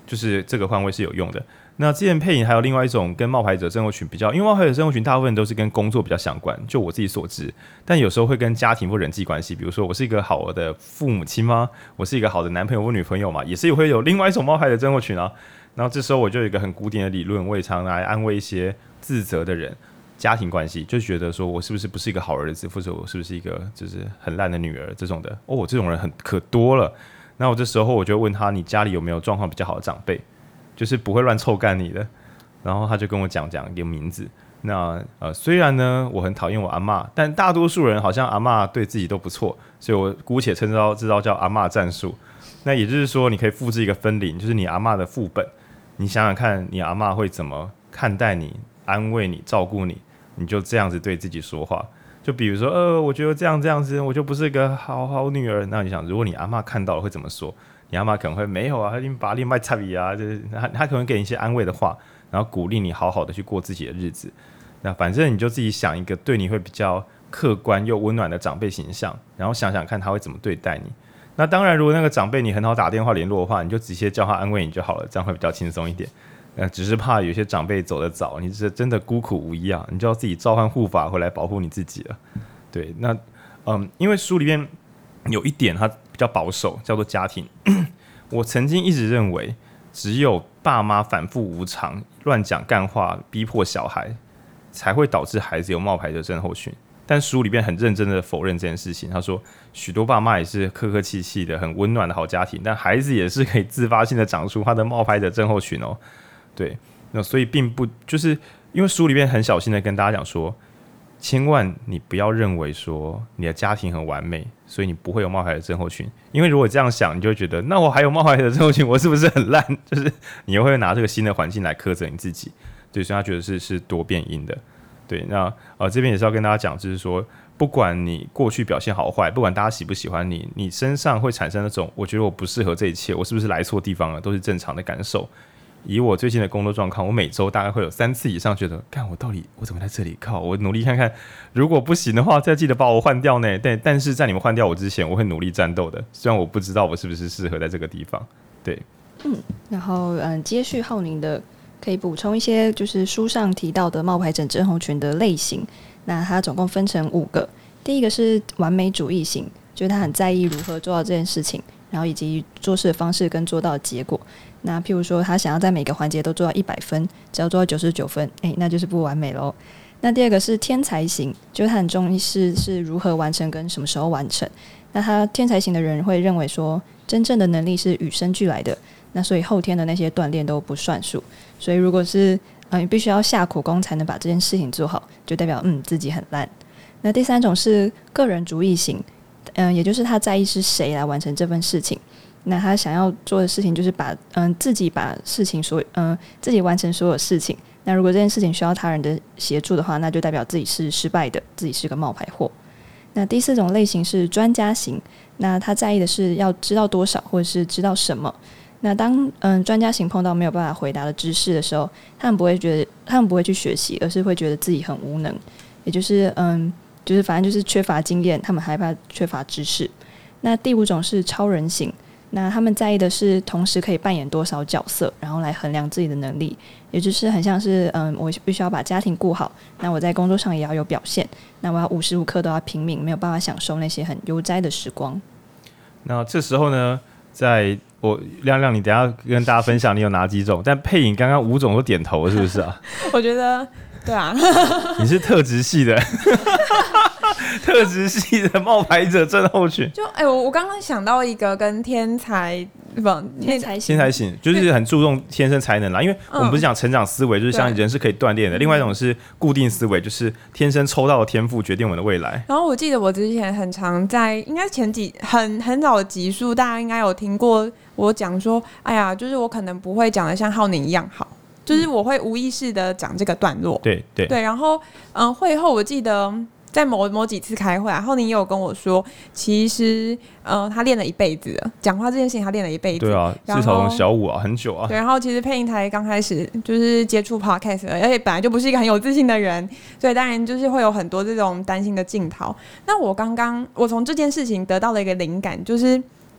就是这个换位是有用的。那之前配影还有另外一种跟冒牌者症候群比较，因为冒牌者症候群大部分都是跟工作比较相关，就我自己所知，但有时候会跟家庭或人际关系，比如说我是一个好的父母亲吗？我是一个好的男朋友或女朋友嘛，也是会有另外一种冒牌者症候群啊。然后这时候我就有一个很古典的理论，我也常拿来安慰一些自责的人。家庭关系就觉得说我是不是一个好儿子，或者我是不是一个就是很烂的女儿这种的哦，这种人可多了。那我这时候我就问他，你家里有没有状况比较好的长辈，就是不会乱臭干你的？然后他就跟我讲一个名字。那虽然呢我很讨厌我阿嬷，但大多数人好像阿嬷对自己都不错，所以我姑且称这招叫阿嬷战术。那也就是说，你可以复制一个分龄，就是你阿嬷的副本。你想想看，你阿嬷会怎么看待你、安慰你、照顾你？你就这样子对自己说话。就比如说，我觉得这样子，我就不是个好女儿。那你想，如果你阿嬷看到了会怎么说？你阿嬷可能会没有啊，你把你卖差比啊，就是他可能给你一些安慰的话，然后鼓励你好好的去过自己的日子。那反正你就自己想一个对你会比较客观又温暖的长辈形象，然后想想看他会怎么对待你。那当然，如果那个长辈你很好打电话联络的话，你就直接叫他安慰你就好了，这样会比较轻松一点。只是怕有些长辈走得早，你是真的孤苦无依啊，你就要自己召唤护法回来保护你自己了。对，那因为书里面有一点它比较保守，叫做家庭。我曾经一直认为，只有爸妈反复无常、乱讲干话，逼迫小孩，才会导致孩子有冒牌者症候群。但书里面很认真的否认这件事情，他说许多爸妈也是客客气气的、很温暖的好家庭，但孩子也是可以自发性的长出他的冒牌者症候群哦。对，那所以并不就是因为书里面很小心的跟大家讲说，千万你不要认为说你的家庭很完美，所以你不会有冒牌者症候群。因为如果这样想，你就会觉得那我还有冒牌者症候群，我是不是很烂？就是你又会拿这个新的环境来苛责你自己。对，所以他觉得是多变因的。对，那这边也是要跟大家讲，就是说，不管你过去表现好坏，不管大家喜不喜欢你，你身上会产生那种我觉得我不适合这一切，我是不是来错地方了，都是正常的感受。以我最近的工作状况，我每周大概会有3次以上觉得，干我怎么在这里？靠，我努力看看，如果不行的话，再记得把我换掉呢。但是在你们换掉我之前，我会努力战斗的。虽然我不知道我是不是适合在这个地方。对， 然后接续浩宁的，可以补充一些就是书上提到的冒牌者症候群的类型。那它总共分成5个。第一个是完美主义型，就是他很在意如何做到这件事情，然后以及做事的方式跟做到的结果。那譬如说他想要在每个环节都做到100分，只要做到99分，那就是不完美咯。那第二个是天才型，就是他很重视是如何完成跟什么时候完成。那他天才型的人会认为说，真正的能力是与生俱来的，那所以后天的那些锻炼都不算数。所以如果是你必须要下苦功才能把这件事情做好，就代表自己很烂。那第三种是个人主义型，也就是他在意是谁来完成这份事情。那他想要做的事情就是自己把事情自己完成所有事情。那如果这件事情需要他人的协助的话，那就代表自己是失败的，自己是个冒牌货。那第4种类型是专家型，那他在意的是要知道多少或者是知道什么。那当专家型碰到没有办法回答的知识的时候，他们不会去学习，而是会觉得自己很无能，也就是就是反正就是缺乏经验，他们害怕缺乏知识。那第5种是超人型，那他们在意的是同时可以扮演多少角色，然后来衡量自己的能力，也就是很像是我必须要把家庭顾好，那我在工作上也要有表现，那我要无时无刻都要拼命，没有办法享受那些很悠哉的时光。 那这时候呢，我亮亮，你等一下跟大家分享你有哪几种？但配影刚刚5种都点头，是不是啊？ 我觉得对啊， 你是特质系的。特质系的冒牌者症候群， 就我刚刚想到一个跟天才型就是很注重天生才能啦，因为我们不是讲成长思维，就是像人是可以锻炼的，另外一种是固定思维，就是天生抽到的天赋决定我们的未来。 然后我记得我之前很常在应该前几很早的集数，大家应该有听过我讲说，哎呀，就是我可能不会讲的像浩宁一样好，就是我会无意识的讲这个段落。 对， 然后会后我记得在某几次开会啊，浩宁也有跟我说，其实他练了一辈子了，讲话这件事情他练了一辈子。 对啊，至少从小5啊，很久啊。 对，然后其实配音台刚开始就是接触 podcast， 而且本来就不是一个很有自信的人，所以当然就是会有很多这种担心的镜头。那我从这件事情得到了一个灵感，就是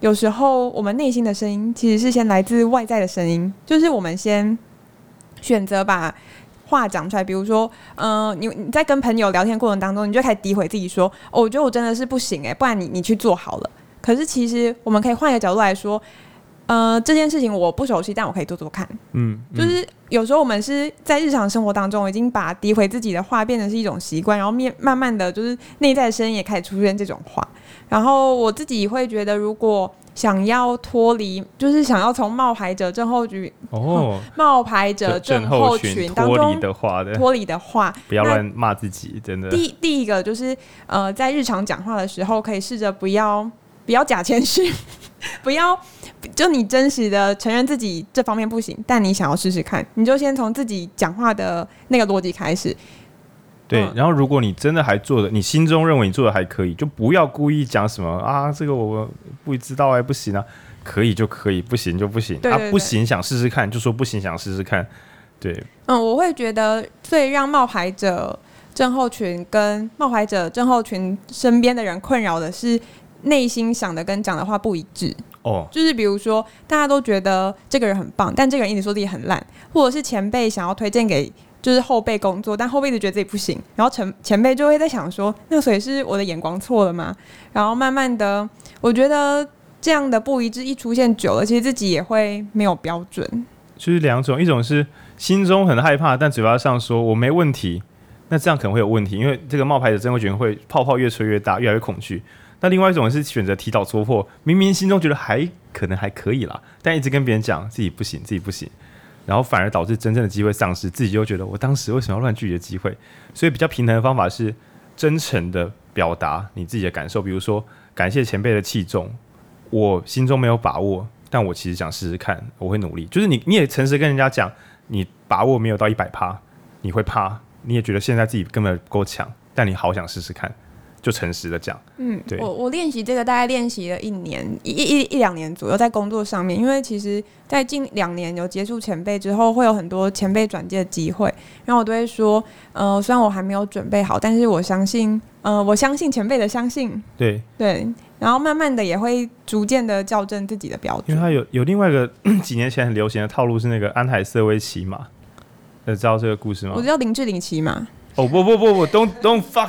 有时候我们内心的声音其实是先来自外在的声音，就是我们先选择把话讲出来。比如说你在跟朋友聊天过程当中，你就开始诋毁自己说，哦，我觉得我真的是不行不然你去做好了。可是其实我们可以换一个角度来说，这件事情我不熟悉，但我可以做做看。就是有时候我们是在日常生活当中已经把诋毁自己的话变成是一种习惯，然后慢慢的就是内在的声音也开始出现这种话。然后我自己会觉得，如果想要脱离，就是想要从冒牌者症候群冒牌者症候群当中脱离的话， 不要乱骂自己，真的。 第一个就是在日常讲话的时候，可以试着不要假谦虚，不要就你真实的承认自己这方面不行，但你想要试试看，你就先从自己讲话的那个逻辑开始。 对，然后如果你真的还做的，你心中认为你做的还可以，就不要故意讲什么啊，这个我不知道不行啊，可以就可以，不行就不行。 对对对， 不行想试试看就说不行想试试看。对， 我会觉得最让冒牌者症候群跟冒牌者症候群身边的人困扰的是内心想的跟讲的话不一致。就是比如说大家都觉得这个人很棒，但这个人一直说自己很烂，或者是前辈想要推荐给就是后辈工作，但后辈一直觉得自己不行，然后前辈就会在想说，那所以是我的眼光错了吗？然后慢慢的，我觉得这样的不一致一出现久了，其实自己也会没有标准。 就是两种，一种是心中很害怕，但嘴巴上说我没问题，那这样可能会有问题，因为这个冒牌者症候群会泡泡越吹越大，越来越恐惧。那另外一种是选择提早戳破，明明心中觉得可能还可以啦，但一直跟别人讲自己不行，自己不行。然后反而导致真正的机会丧失，自己就觉得我当时为什么要乱拒绝机会？所以比较平衡的方法是真诚的表达你自己的感受，比如说感谢前辈的器重，我心中没有把握，但我其实想试试看，我会努力。就是你也诚实跟人家讲，你把握没有到100%，你会怕，你也觉得现在自己根本不够强，但你好想试试看。就诚实的讲，对。 我练习这个大概练习了1年一两年左右，在工作上面，因为其实在近2年有接触前辈之后，会有很多前辈转介的机会，然后我都会说，虽然我还没有准备好，但是我相信前辈的相信，对，然后慢慢的也会逐渐的校正自己的标准。 因为他有另外一个几年前很流行的套路是那个安海瑟薇骑马，知道这个故事吗？ 我知道林志玲骑马。 不 don't fuck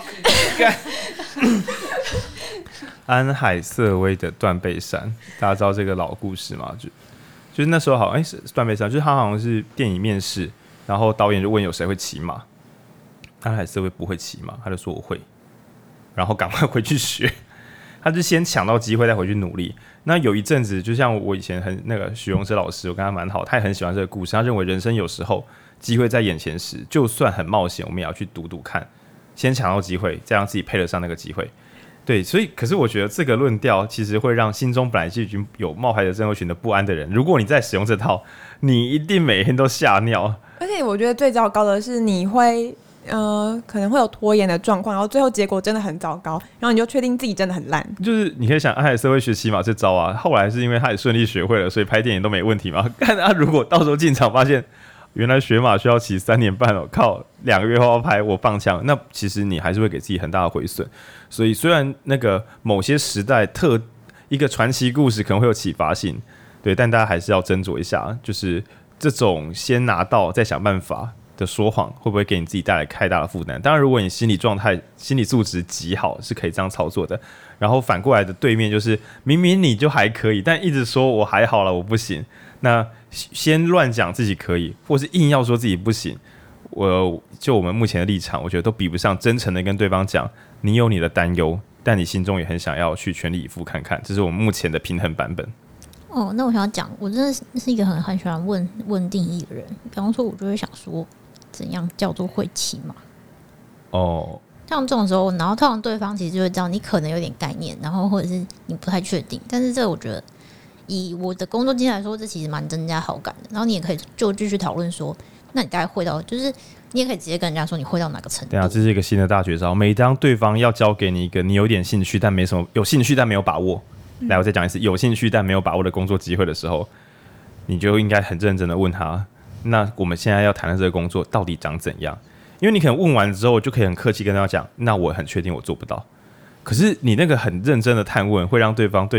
安海瑟薇的断背山，大家知道这个老故事吗？就是那时候好像是断背山，就是他好像是电影面试，然后导演就问有谁会骑马，安海瑟薇不会骑马，他就说我会，然后赶快回去学，他就先抢到机会再回去努力。那有一阵子，就像我以前那个许荣哲老师，我跟他蛮好，他也很喜欢这个故事，他认为人生有时候机会在眼前时，就算很冒险，我们也要去赌赌看，先抢到机会，再让自己配得上那个机会。对，所以可是我觉得这个论调其实会让心中本来就已经有冒牌者症候群的不安的人，如果你再使用这套，你一定每天都吓尿。 而且我觉得最糟糕的是，你会可能会有拖延的状况，然后最后结果真的很糟糕，然后你就确定自己真的很烂。 就是你可以想安海瑟薇学骑马这招啊，后来是因为他也顺利学会了，所以拍电影都没问题嘛。看他如果到时候进场发现，原来学马需要骑3年半哦，靠2个月后要拍我放枪，那其实你还是会给自己很大的毁损。所以虽然那个某些时代一个传奇故事可能会有启发性，对，但大家还是要斟酌一下，就是这种先拿到再想办法的说谎，会不会给你自己带来太大的负担？当然，如果你心理状态、心理素质极好，是可以这样操作的。然后反过来的对面就是，明明你就还可以，但一直说我还好了，我不行。那先乱讲自己可以，或是硬要说自己不行，就我们目前的立场，我觉得都比不上真诚的跟对方讲，你有你的担忧，但你心中也很想要去全力以赴看看，这是我们目前的平衡版本。 那我想要讲，我真的是一个很喜欢问定义的人。比方说，我就会想说，怎样叫做会骑马？像这种时候，然后通常对方其实就会知道你可能有点概念，然后或者是你不太确定，但是这个我觉得。以我的工作经验来说，这其实蛮增加好感的。然后你也可以就继续讨论说，那你大概会到，就是你也可以直接跟人家说你会到哪个程度。 对啊，这是一个新的大绝招。每当对方要交给你一个你有点兴趣但没什么有兴趣但没有把握，来我再讲一次，有兴趣但没有把握的工作机会的时候，你就应该很认真的问他，那我们现在要谈的这个工作到底长怎样？因为你可能问完之后就可以很客气跟他讲，那我很确定我做不到。可是你那个很认真的探问，会让对方对你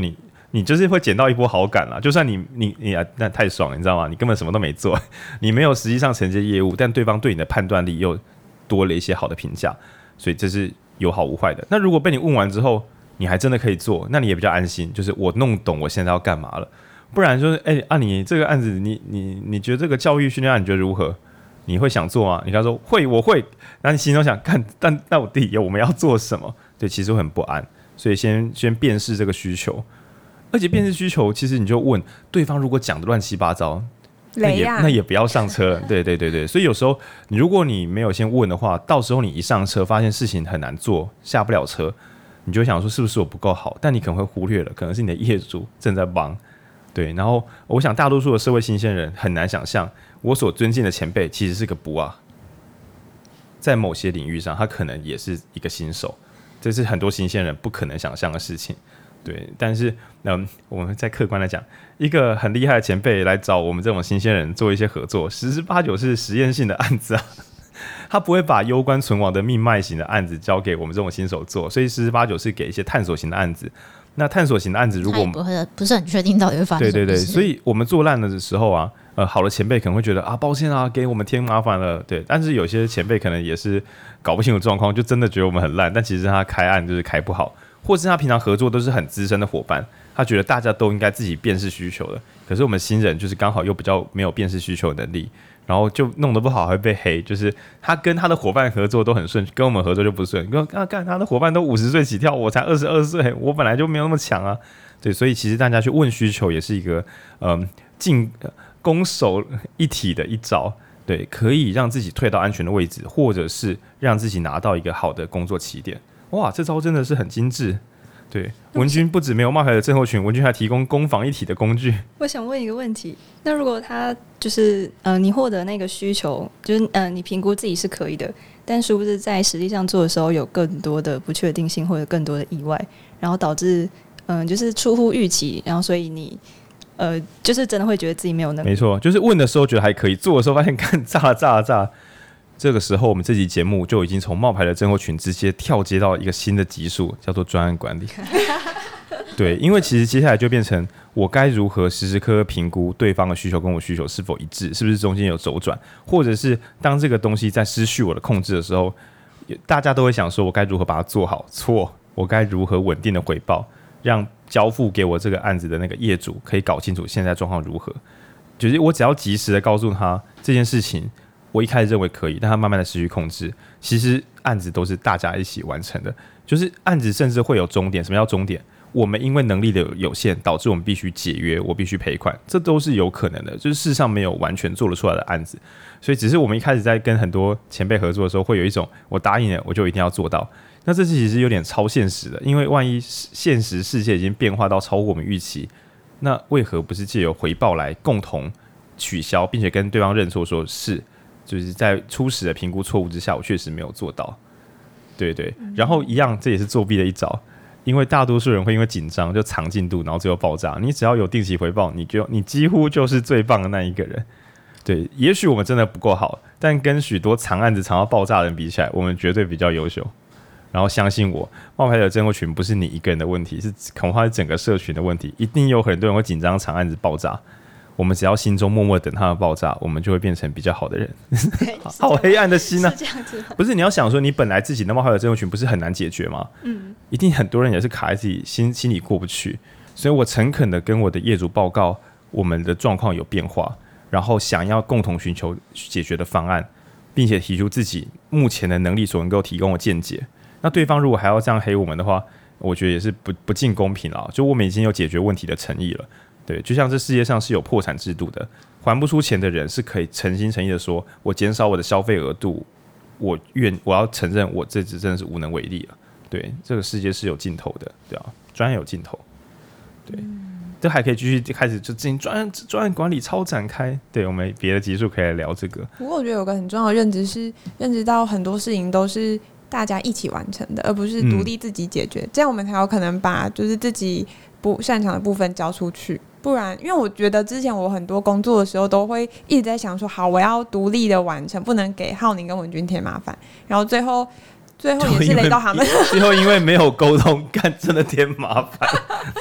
你就是会捡到一波好感啦。就算你那太爽了，你知道吗？你根本什么都没做，你没有实际上承接业务，但对方对你的判断力又多了一些好的评价，所以这是有好无坏的。那如果被你问完之后，你还真的可以做，那你也比较安心，就是我弄懂我现在要干嘛了。不然就是你这个案子，你觉得这个教育训练案你觉得如何？你会想做吗？你跟他说会，我会，然后你心中想看，但到底我们要做什么？对，其实会很不安，所以先辨识这个需求，而且辨识需求，其实你就问对方，如果讲的乱七八糟，那也不要上车。对，所以有时候如果你没有先问的话，到时候你一上车发现事情很难做，下不了车，你就会想说是不是我不够好？但你可能会忽略了，可能是你的业主正在帮。对，然后我想大多数的社会新鲜人很难想象，我所尊敬的前辈其实是个不啊，在某些领域上，他可能也是一个新手，这是很多新鲜人不可能想象的事情。对，但是我们再客观来讲，一个很厉害的前辈来找我们这种新鲜人做一些合作，十之八九是实验性的案子啊。他不会把攸关存亡的命脉型的案子交给我们这种新手做，所以十之八九是给一些探索型的案子。那探索型的案子，如果我们不是很确定到底会发生什么事， 对，所以我们做烂的时候啊，好的前辈可能会觉得啊，抱歉啊，给我们添麻烦了，对。但是有些前辈可能也是搞不清楚状况，就真的觉得我们很烂，但其实他开案就是开不好，或是他平常合作都是很资深的伙伴，他觉得大家都应该自己辨识需求的，可是我们新人就是刚好又比较没有辨识需求的能力。然后就弄得不好还会被黑，就是他跟他的伙伴合作都很顺，跟我们合作就不顺。干他的伙伴都50岁起跳，我才22岁，我本来就没有那么强啊。对，所以其实大家去问需求也是一个攻守一体的一招，对，可以让自己退到安全的位置，或者是让自己拿到一个好的工作起点。哇，这招真的是很精致。对，文君不止没有冒牌的症候群，文君还提供攻防一体的工具。 我想问一个问题，那如果他就是你获得那个需求，就是你评估自己是可以的，但殊不知在实际上做的时候有更多的不确定性或者更多的意外，然后导致就是出乎预期，然后所以你就是真的会觉得自己没有能力。 没错，就是问的时候觉得还可以，做的时候发现干炸了。这个时候，我们这集节目就已经从冒牌的症候群直接跳接到一个新的级数，叫做专案管理。对，因为其实接下来就变成我该如何时时刻刻评估对方的需求跟我需求是否一致，是不是中间有周转，或者是当这个东西在失去我的控制的时候，大家都会想说我该如何把它做好。错，我该如何稳定的回报，让交付给我这个案子的那个业主可以搞清楚现在状况如何。就是我只要及时的告诉他这件事情。我一开始认为可以，但他慢慢的失去控制。其实案子都是大家一起完成的，就是案子甚至会有终点。什么叫终点？我们因为能力的有限，导致我们必须解约，我必须赔款，这都是有可能的。就是世上没有完全做得出来的案子，所以只是我们一开始在跟很多前辈合作的时候，会有一种我答应了，我就一定要做到。那这其实有点超现实的，因为万一现实世界已经变化到超过我们预期，那为何不是借由回报来共同取消，并且跟对方认错，说是。就是在初始的评估错误之下，我确实没有做到，对，然后一样，这也是作弊的一招，因为大多数人会因为紧张就藏进度，然后最后爆炸。你只要有定期回报，你几乎就是最棒的那一个人。对，也许我们真的不够好，但跟许多藏案子藏到爆炸的人比起来，我们绝对比较优秀。然后相信我，冒牌的症候群不是你一个人的问题，是恐怕是整个社群的问题，一定有很多人会紧张藏案子爆炸。我们只要心中默默等它的爆炸，我们就会变成比较好的人。好黑暗的心啊！ 是这样子吗？ 不是，你要想说，你本来自己的冒牌的症候群不是很难解决吗？一定很多人也是卡在自己心里过不去。所以我诚恳的跟我的业主报告我们的状况有变化，然后想要共同寻求解决的方案，并且提出自己目前的能力所能够提供的见解。那对方如果还要这样黑我们的话，我觉得也是不尽公平啦。就我们已经有解决问题的诚意了。对，就像这世界上是有破产制度的，还不出钱的人是可以诚心诚意的说，我减少我的消费额度，我要承认我这次真的是无能为力了。对，这个世界是有尽头的，对啊，专业有尽头。对，这还可以继续开始就进行专案管理超展开。对，我们别的集数可以来聊这个。 不过我觉得有个很重要的认知是，认知到很多事情都是大家一起完成的，而不是独立自己解决，这样我们才有可能把就是自己不擅长的部分交出去。不然，因为我觉得之前我很多工作的时候都会一直在想说，好，我要独立的完成，不能给浩宁跟文君添麻烦，然后最后也是累到他们。 最后因为没有沟通，干真的添麻烦。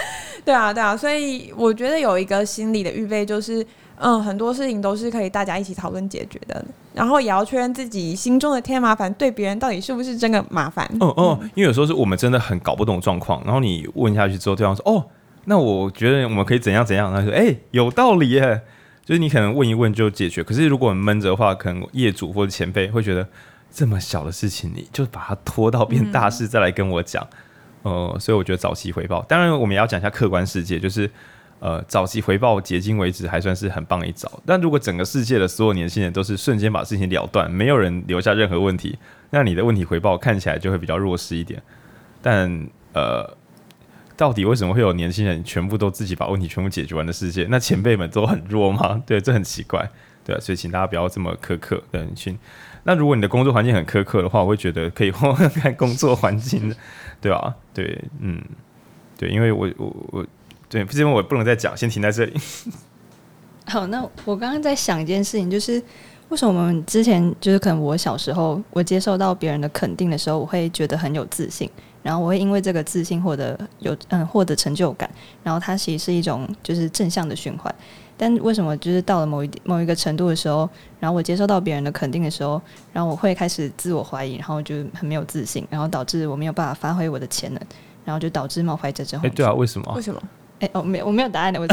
对啊，对啊，所以我觉得有一个心理的预备，就是很多事情都是可以大家一起讨论解决的，然后也要确认自己心中的添麻烦对别人到底是不是真的麻烦。 因为有时候是我们真的很搞不懂状况，然后你问下去之后，对方说哦，那我觉得我们可以怎样怎样，然后说有道理耶，就是你可能问一问就解决。可是如果闷着的话，可能业主或者前辈会觉得这么小的事情，你就把它拖到变大事再来跟我讲。所以我觉得早期回报，当然我们也要讲一下客观世界，就是早期回报迄今为止还算是很棒一招。但如果整个世界的所有年轻人都是瞬间把事情了断，没有人留下任何问题，那你的问题回报看起来就会比较弱势一点。但到底为什么会有年轻人全部都自己把问题全部解决完的世界？那前辈们都很弱吗？对，这很奇怪。对啊，所以请大家不要这么苛刻。对，那如果你的工作环境很苛刻的话，我会觉得可以换换看工作环境的，对吧？对，对，因为我对，这边我不能再讲，先停在这里。 好，那我刚刚在想一件事情，就是为什么我们之前就是可能我小时候我接受到别人的肯定的时候，我会觉得很有自信，然后我会因为这个自信获得成就感，然后它其实是一种就是正向的循环。但为什么就是到了某一个程度的时候，然后我接受到别人的肯定的时候，然后我会开始自我怀疑，然后就很没有自信，然后导致我没有办法发挥我的潜能，然后就导致冒牌者症候群。 对啊，为什么？ 为什么？ 我没有答案的，我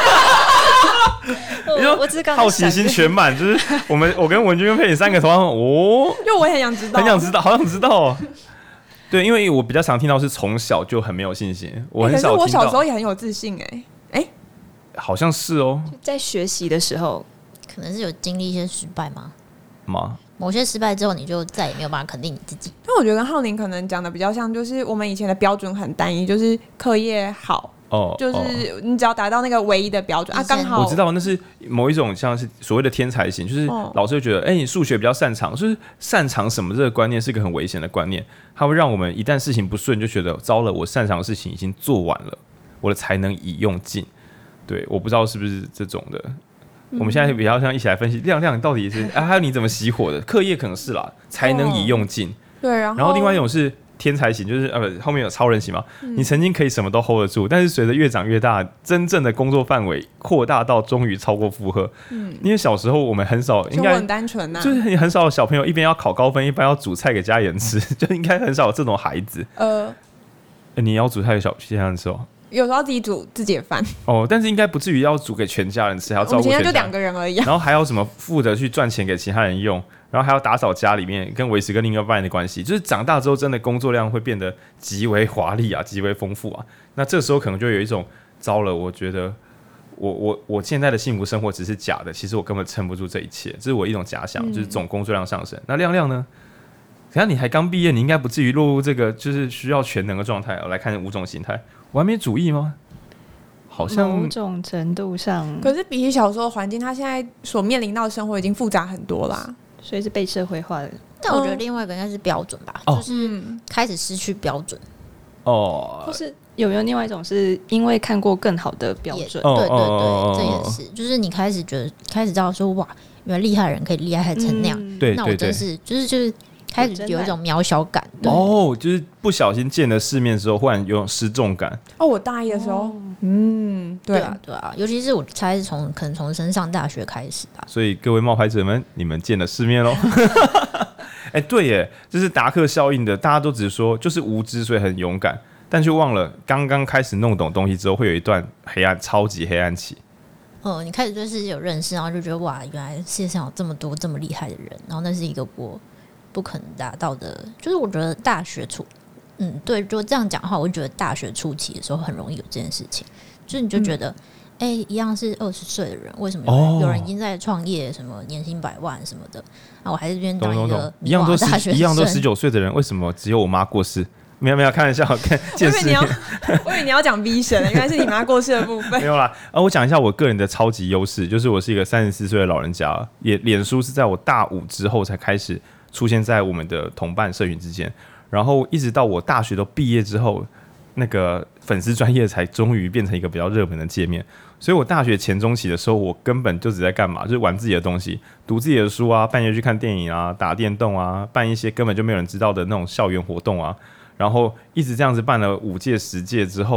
只是刚好奇心全满，就是我跟文君跟佩妮三个同样就我也很想知道， 好想知道哦。对，因为我比较常听到是从小就很没有信心，我很少听到。 可是我小时候也很有自信好像是哦， 在学习的时候， 可能是有经历一些失败吗？ 吗？ 某些失败之后，你就再也没有办法肯定你自己。 但我觉得跟浩宁可能讲的比较像，就是我们以前的标准很单一，就是课业好。就是你只要达到那个唯一的标准啊，刚好我知道那是某一种像是所谓的天才型，就是老师会觉得，你数学比较擅长，就是擅长什么这个观念是一个很危险的观念，它会让我们一旦事情不顺就觉得糟了，我擅长的事情已经做完了，我的才能已用尽。对，我不知道是不是这种的。我们现在比较像一起来分析，亮到底是还有你怎么熄火的？课业可能是啦，才能已用尽。 对， 然后另外一种是天才型，就是后面有超人型嘛，你曾经可以什么都 hold 得住，但是随着越长越大，真正的工作范围扩大到终于超过负荷。因为小时候我们很少，应该很单纯啊， 就是很少有小朋友一边要考高分，一边要煮菜给家里人吃，就应该很少有这种孩子。你要煮菜给家人吃哦？ 有时候自己煮自己的饭但是应该不至于要煮给全家人吃，还要照顾全家人。 我们现在就2个人而已然后还要什么负责去赚钱给其他人用，然后还要打扫家里面，跟维持跟另一半的关系。就是长大之后，真的工作量会变得极为华丽啊，极为丰富啊。那这时候可能就有一种糟了，我觉得我现在的幸福生活只是假的，其实我根本撑不住这一切，这是我一种假想，就是总工作量上升。那亮亮呢？可是你还刚毕业，你应该不至于落入这个就是需要全能的状态。我来看5种形态，完美主义吗？好像某种程度上， 可是比起小时候的环境，他现在所面临到的生活已经复杂很多啦， 所以是被社会化的。 但我觉得另外一个应该是标准吧，就是开始失去标准。 或是有没有另外一种是因为看过更好的标准？ 对，这也是，就是你开始知道说哇，原来厉害的人可以厉害成那样。那我真是就是开始有一种渺小感。 就是不小心见了世面之后，忽然有种失重感。 我大一的时候，对啊，尤其是我猜是可能从升上大学开始吧。 所以各位冒牌者们，你们见了世面咯。对耶，这是达克效应的，大家都只是说就是无知，所以很勇敢，但却忘了刚刚开始弄懂东西之后，会有一段黑暗，超级黑暗期。 你开始对世界有认识，然后就觉得哇，原来世界上有这么多这么厉害的人，然后那是一个我不可能达到的。就是我觉得大学对，如果这样讲的话，我就觉得大学初期的时候很容易有这件事情，就是你就觉得，一样是20岁的人，为什么有人已经在创业，什么年薪100万什么的，我还是这边当一个迷惘的大学生， 一样都19岁的人，为什么只有我妈过世？没有，开玩笑，看见识。 我以为你要讲 V 神，原来是你妈过世的部分。 没有啦，我讲一下我个人的超级优势，就是我是一个34岁的老人家，脸书是在我大5之后才开始出现在我们的同伴社群之间，然后一直到我大学都毕业之后，那个粉丝专页才终于变成一个比较热门的界面。所以我大学前中期的时候，我根本就只在干嘛，就是玩自己的东西，读自己的书啊，半夜去看电影啊，打电动啊，办一些根本就没有人知道的那种校园活动啊。然后一直这样子办了5届10届之后，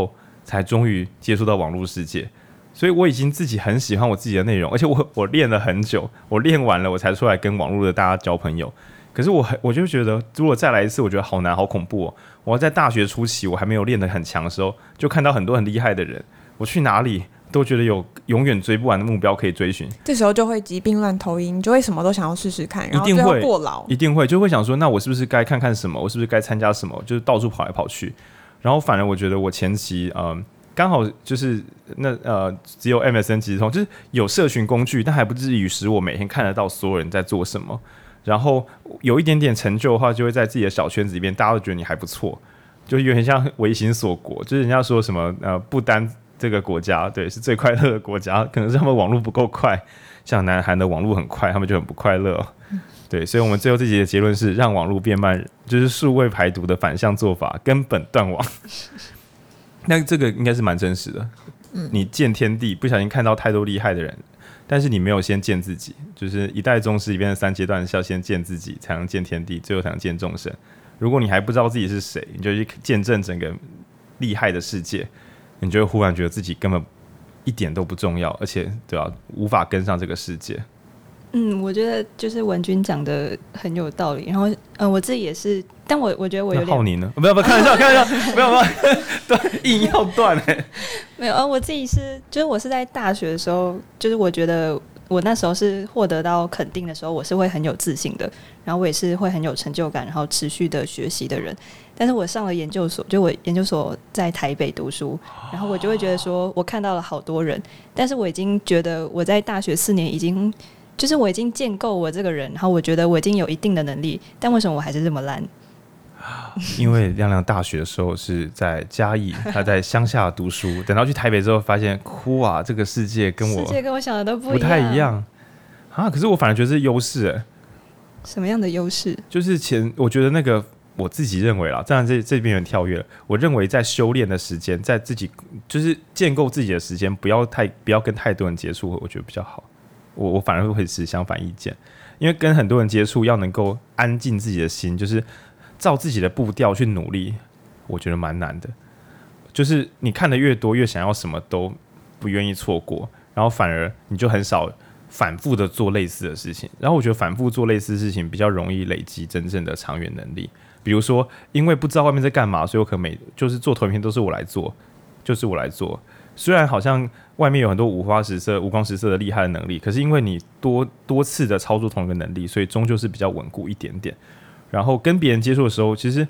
才终于接触到网络世界。所以我已经自己很喜欢我自己的内容，而且我练了很久，我练完了我才出来跟网络的大家交朋友。可是我就觉得，如果再来一次，我觉得好难，好恐怖哦！我要在大学初期，我还没有练得很强的时候，就看到很多很厉害的人，我去哪里都觉得有永远追不完的目标可以追寻。 这时候就会疾病乱投医，你就会什么都想要试试看，然后最后过劳， 一定会就会想说，那我是不是该看看什么？我是不是该参加什么？就是到处跑来跑去。然后反而我觉得我前期刚好就是只有 MSN 即时通，就是有社群工具，但还不至于使我每天看得到所有人在做什么。然后有一点点成就的话，就会在自己的小圈子里面，大家都觉得你还不错，就有点像维新锁国，就是人家说什么不丹这个国家对是最快乐的国家，可能是他们网络不够快，像南韩的网络很快，他们就很不快乐哦。对，所以我们最后这集的结论是让网络变慢，就是数位排毒的反向做法，根本断网。那这个应该是蛮真实的。你见天地，不小心看到太多厉害的人，但是你没有先见自己，就是一代宗师里面的3阶段是要先见自己，才能见天地，最后才能见众生。如果你还不知道自己是谁，你就去见证整个厉害的世界，你就会忽然觉得自己根本一点都不重要，而且对吧，无法跟上这个世界。 我觉得就是文君讲的很有道理，然后我自己也是，但我觉得我有点。 那浩宁呢？不要，开玩笑，不要，对，硬要断没有我自己是，就是我是在大学的时候，就是我觉得我那时候是获得到肯定的时候，我是会很有自信的，然后我也是会很有成就感，然后持续的学习的人。但是我上了研究所，就我研究所在台北读书，然后我就会觉得说，我看到了好多人，但是我已经觉得我在大学4年已经。就是我已经建构我这个人，然后我觉得我已经有一定的能力，但为什么我还是这么烂？ 因为亮亮大学的时候是在嘉义，他在乡下读书，等到去台北之后，发现哭啊，这个世界跟我想的都不太一样啊。可是我反而觉得是优势什么样的优势？就是我觉得那个我自己认为啦，当然这边有点跳跃了。我认为在修炼的时间，在自己就是建构自己的时间，不要跟太多人接触，我觉得比较好。我反而会持相反意见，因为跟很多人接触，要能够安静自己的心，就是照自己的步调去努力，我觉得蛮难的。就是你看的越多，越想要什么都不愿意错过，然后反而你就很少反复的做类似的事情。然后我觉得反复做类似的事情比较容易累积真正的长远能力。比如说，因为不知道外面在干嘛，所以我可能就是做投影片都是我来做，就是我来做。虽然好像外面有很多五光十色的厉害的能力，可是因为你多次的操作同一个能力，所以终究是比较稳固一点点。然后跟别人接触的时候，其实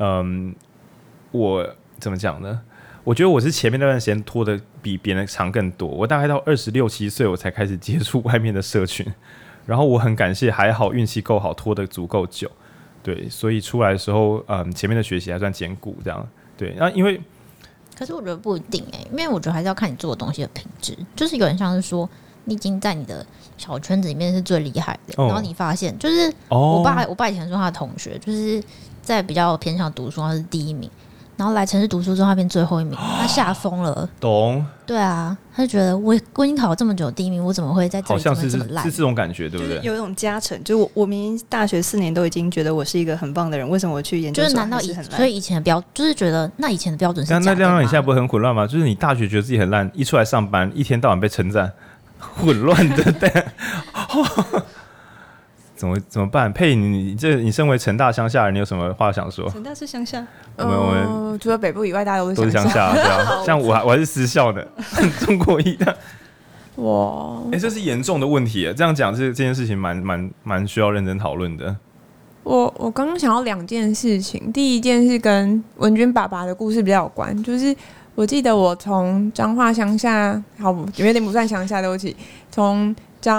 我怎么讲呢？我觉得我是前面那段时间拖得比别人长更多。我大概到26、27岁我才开始接触外面的社群，然后我很感谢，还好运气够好，拖得足够久。对，所以出来的时候，前面的学习还算兼顾这样。对，那因为。 可是我觉得不一定因为我觉得还是要看你做的东西的品质，就是有点像是说你已经在你的小圈子里面是最厉害的，然后你发现就是我爸以前说他的同学就是在比较偏向读书，他是第1名，然后来城市读书之后他变最后1名，他吓疯了。 懂？ 对啊，他就觉得我已经考了这么久第1名，我怎么会在这里这么烂？ 是这种感觉，对不对？ 就是有一种加成，就是我明明大学4年都已经觉得我是一个很棒的人，为什么我去研究所就是难道所以以前的标就是觉得那以前的标准是假的吗？ 那这样你现在不会很混乱吗？就是你大学觉得自己很烂，一出来上班一天到晚被称赞，混乱的对。怎么办？佩，你身为成大乡下人，你有什么话想说？ 成大是乡下， 我们除了北部以外，大家都是乡下，对啊。像我还是私校的，中国一的。哇，这是严重的问题。这样讲，这件事情蛮需要认真讨论的。 我刚刚想要2件事情，第一件是跟文君爸爸的故事比较有关，就是我记得我从彰化乡下，好，有点不算乡下，对不起，从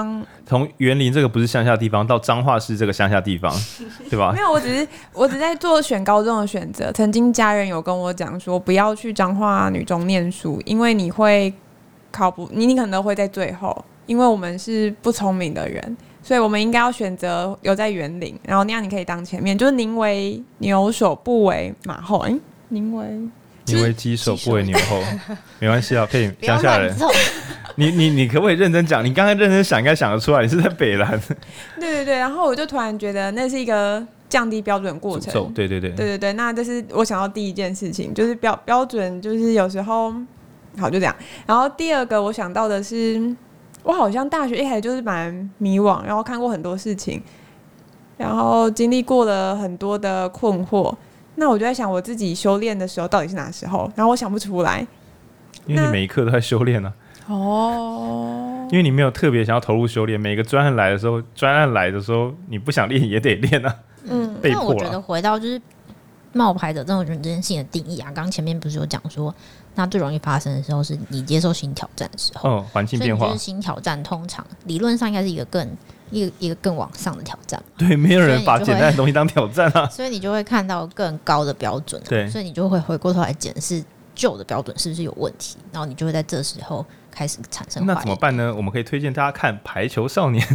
没有，我只在做选高中的选择。曾经家人有跟我讲说，不要去彰化女中念书，因为你会考不，你可能都会在最后，因为我们是不聪明的人，所以我们应该要选择留在园林，然后那样你可以当前面，就是宁为牛首不为马后。宁为鸡首不为牛后，没关系啊，可以乡下人。你可不可以认真讲？你刚才认真想，应该想得出来，你是在北兰。 对，然后我就突然觉得那是一个降低标准过程。 对对对对对对，那这是我想到第一件事情，就是标准，就是有时候好就这样。然后第二个我想到的是，我好像大学一开始就是蛮迷惘，然后看过很多事情，然后经历过了很多的困惑。那我就在想，我自己修炼的时候到底是哪时候？然后我想不出来， 因为你每一刻都在修炼啊。 哦， 因为你没有特别想要投入修炼，每个专案来的时候，你不想练也得练啊。被迫了。 那我觉得回到就是冒牌者症候群这件事情的定义啊，刚前面不是有讲说，那最容易发生的时候是你接受新挑战的时候， 环境变化， 所以就是新挑战通常理论上应该是一个更往上的挑战。 对，没有人把简单的东西当挑战啊， 所以你就会看到更高的标准， 对， 所以你就会回过头来检视旧的标准是不是有问题，然后你就会在这时候开始产生怀疑。 那怎么办呢？我们可以推荐大家看《排球少年》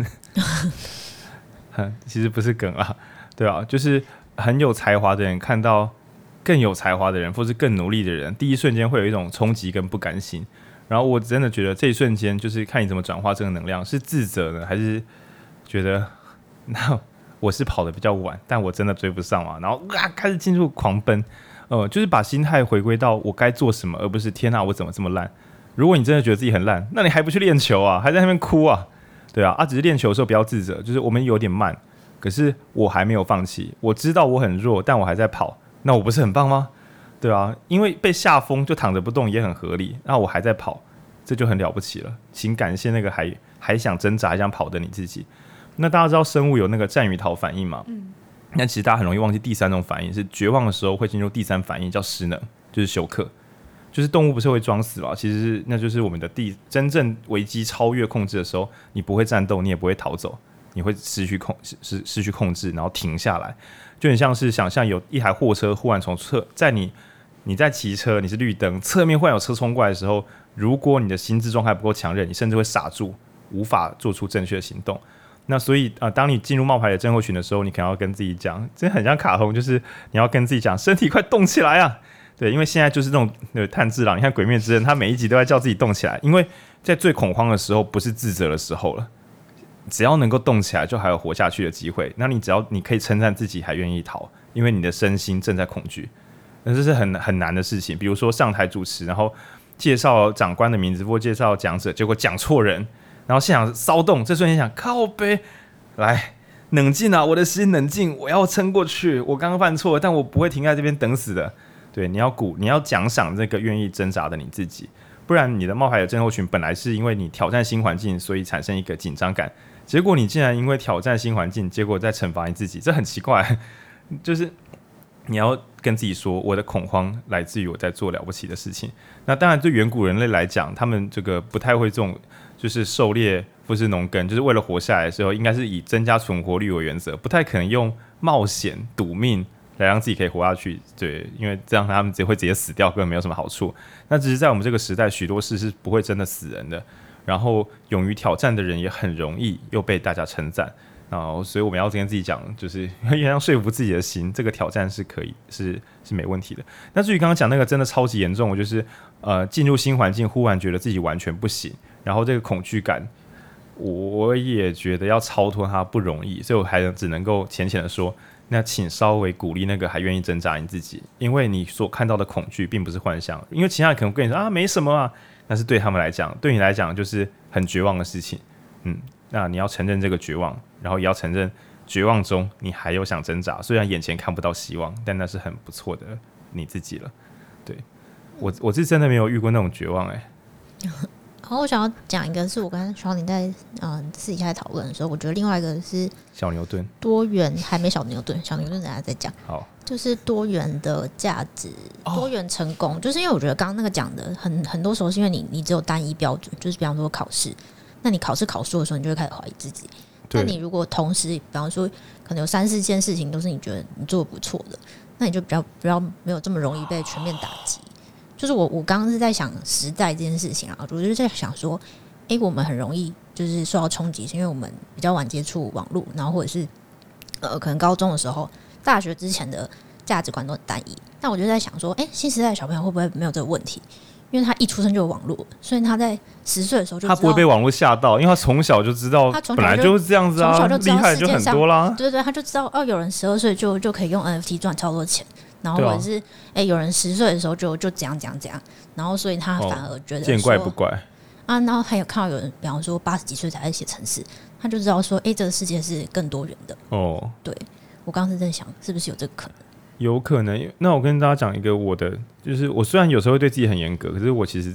其实不是梗啊，对啊，就是很有才华的人看到更有才华的人，或是更努力的人，第一瞬间会有一种冲击跟不甘心。然后我真的觉得这一瞬间就是看你怎么转化这个能量，是自责呢，还是觉得那我是跑得比较晚，但我真的追不上嘛？然后开始进入狂奔，就是把心态回归到我该做什么，而不是天哪，我怎么这么烂？如果你真的觉得自己很烂，那你还不去练球啊？还在那边哭啊？对啊，只是练球的时候不要自责，就是我们有点慢，可是我还没有放弃，我知道我很弱，但我还在跑，那我不是很棒吗？对啊，因为被下风就躺着不动也很合理，那我还在跑，这就很了不起了。请感谢那个还想挣扎还想跑的你自己。那大家知道生物有那个战与逃反应吗？那其实大家很容易忘记第三种反应，是绝望的时候会进入第三反应，叫失能，就是休克。就是动物不是会装死吗？其实那就是我们的真正危机超越控制的时候，你不会战斗，你也不会逃走，你会失去控制，然后停下来，就很像是想象有一台货车忽然从你在骑车，你是绿灯，侧面忽然有车冲过来的时候，如果你的心智状态不够强韧，你甚至会傻住，无法做出正确的行动。那所以当你进入冒牌的症候群的时候，你可能要跟自己讲，这很像卡通，就是你要跟自己讲，身体快动起来啊！对，因为现在就是那种炭治郎，你看《鬼灭之刃》，他每一集都在叫自己动起来，因为在最恐慌的时候，不是自责的时候了。只要能够动起来，就还有活下去的机会。那你可以称赞自己还愿意逃，因为你的身心正在恐惧。那这是很难的事情。比如说上台主持，然后介绍长官的名字或介绍讲者，结果讲错人，然后现场骚动，这瞬间想靠北，来冷静啊，我的心冷静，我要撑过去。我刚刚犯错，但我不会停在这边等死的。对，你要奖赏这个愿意挣扎的你自己，不然你的冒牌者症候群本来是因为你挑战新环境，所以产生一个紧张感，结果你竟然因为挑战新环境，结果在惩罚你自己，这很奇怪。就是你要跟自己说，我的恐慌来自于我在做了不起的事情。那当然，对远古人类来讲，他们这个不太会这种，就是狩猎或是农耕，就是为了活下来的时候，应该是以增加存活率为原则，不太可能用冒险赌命来让自己可以活下去。对，因为这样他们会直接死掉，根本没有什么好处。那只是在我们这个时代，许多事是不会真的死人的。然后勇于挑战的人也很容易又被大家称赞。所以我们要跟自己讲，就是要说服自己的心，这个挑战是可以是没问题的。那至于刚刚讲那个真的超级严重，我就是进入新环境，忽然觉得自己完全不行，然后这个恐惧感，我也觉得要超脱它不容易，所以我还只能够浅浅的说，那请稍微鼓励那个还愿意挣扎你自己，因为你所看到的恐惧并不是幻象，因为其他人可能跟你说啊没什么啊，但是对他们来讲，对你来讲就是很绝望的事情。那你要承认这个绝望，然后也要承认绝望中你还有想挣扎，虽然眼前看不到希望，但那是很不错的你自己了。对，我是真的没有遇过那种绝望然后我想要讲一个是我跟小宁在私底下讨论的时候，我觉得另外一个是小牛顿多元，还没小牛顿等下再讲。好，就是多元的价值，多元成功，就是因为我觉得刚刚那个讲的很多时候是因为你只有单一标准，就是比方说考试。那你考试考错的时候，你就会开始怀疑自己。但你如果同时，比方说，可能有3-4件事情都是你觉得你做的不错的，那你就比较没有这么容易被全面打击。就是我刚刚是在想时代这件事情啊，我就是在想说，我们很容易就是受到冲击，是因为我们比较晚接触网络，然后或者是可能高中的时候、大学之前的价值观都很单一。但我就在想说，新时代的小朋友会不会没有这个问题？ 因为他一出生就有网络，所以他在10岁的时候就知道他不会被网络吓到，因为他从小就知道，本来就是这样子啊，厉害就很多啦。 对对，他就知道有人12岁就可以用 NFT 赚超多钱，然后或者是有人10岁的时候就怎样，然后所以他反而觉得见怪不怪啊。然后还有看到有人，比方说80几岁才在写程式，他就知道说，这个世界是更多元的。哦，对，我刚刚是在想，是不是有这个可能？ 有可能。那我跟大家讲一个我的，就是我虽然有时候会对自己很严格，可是我其实，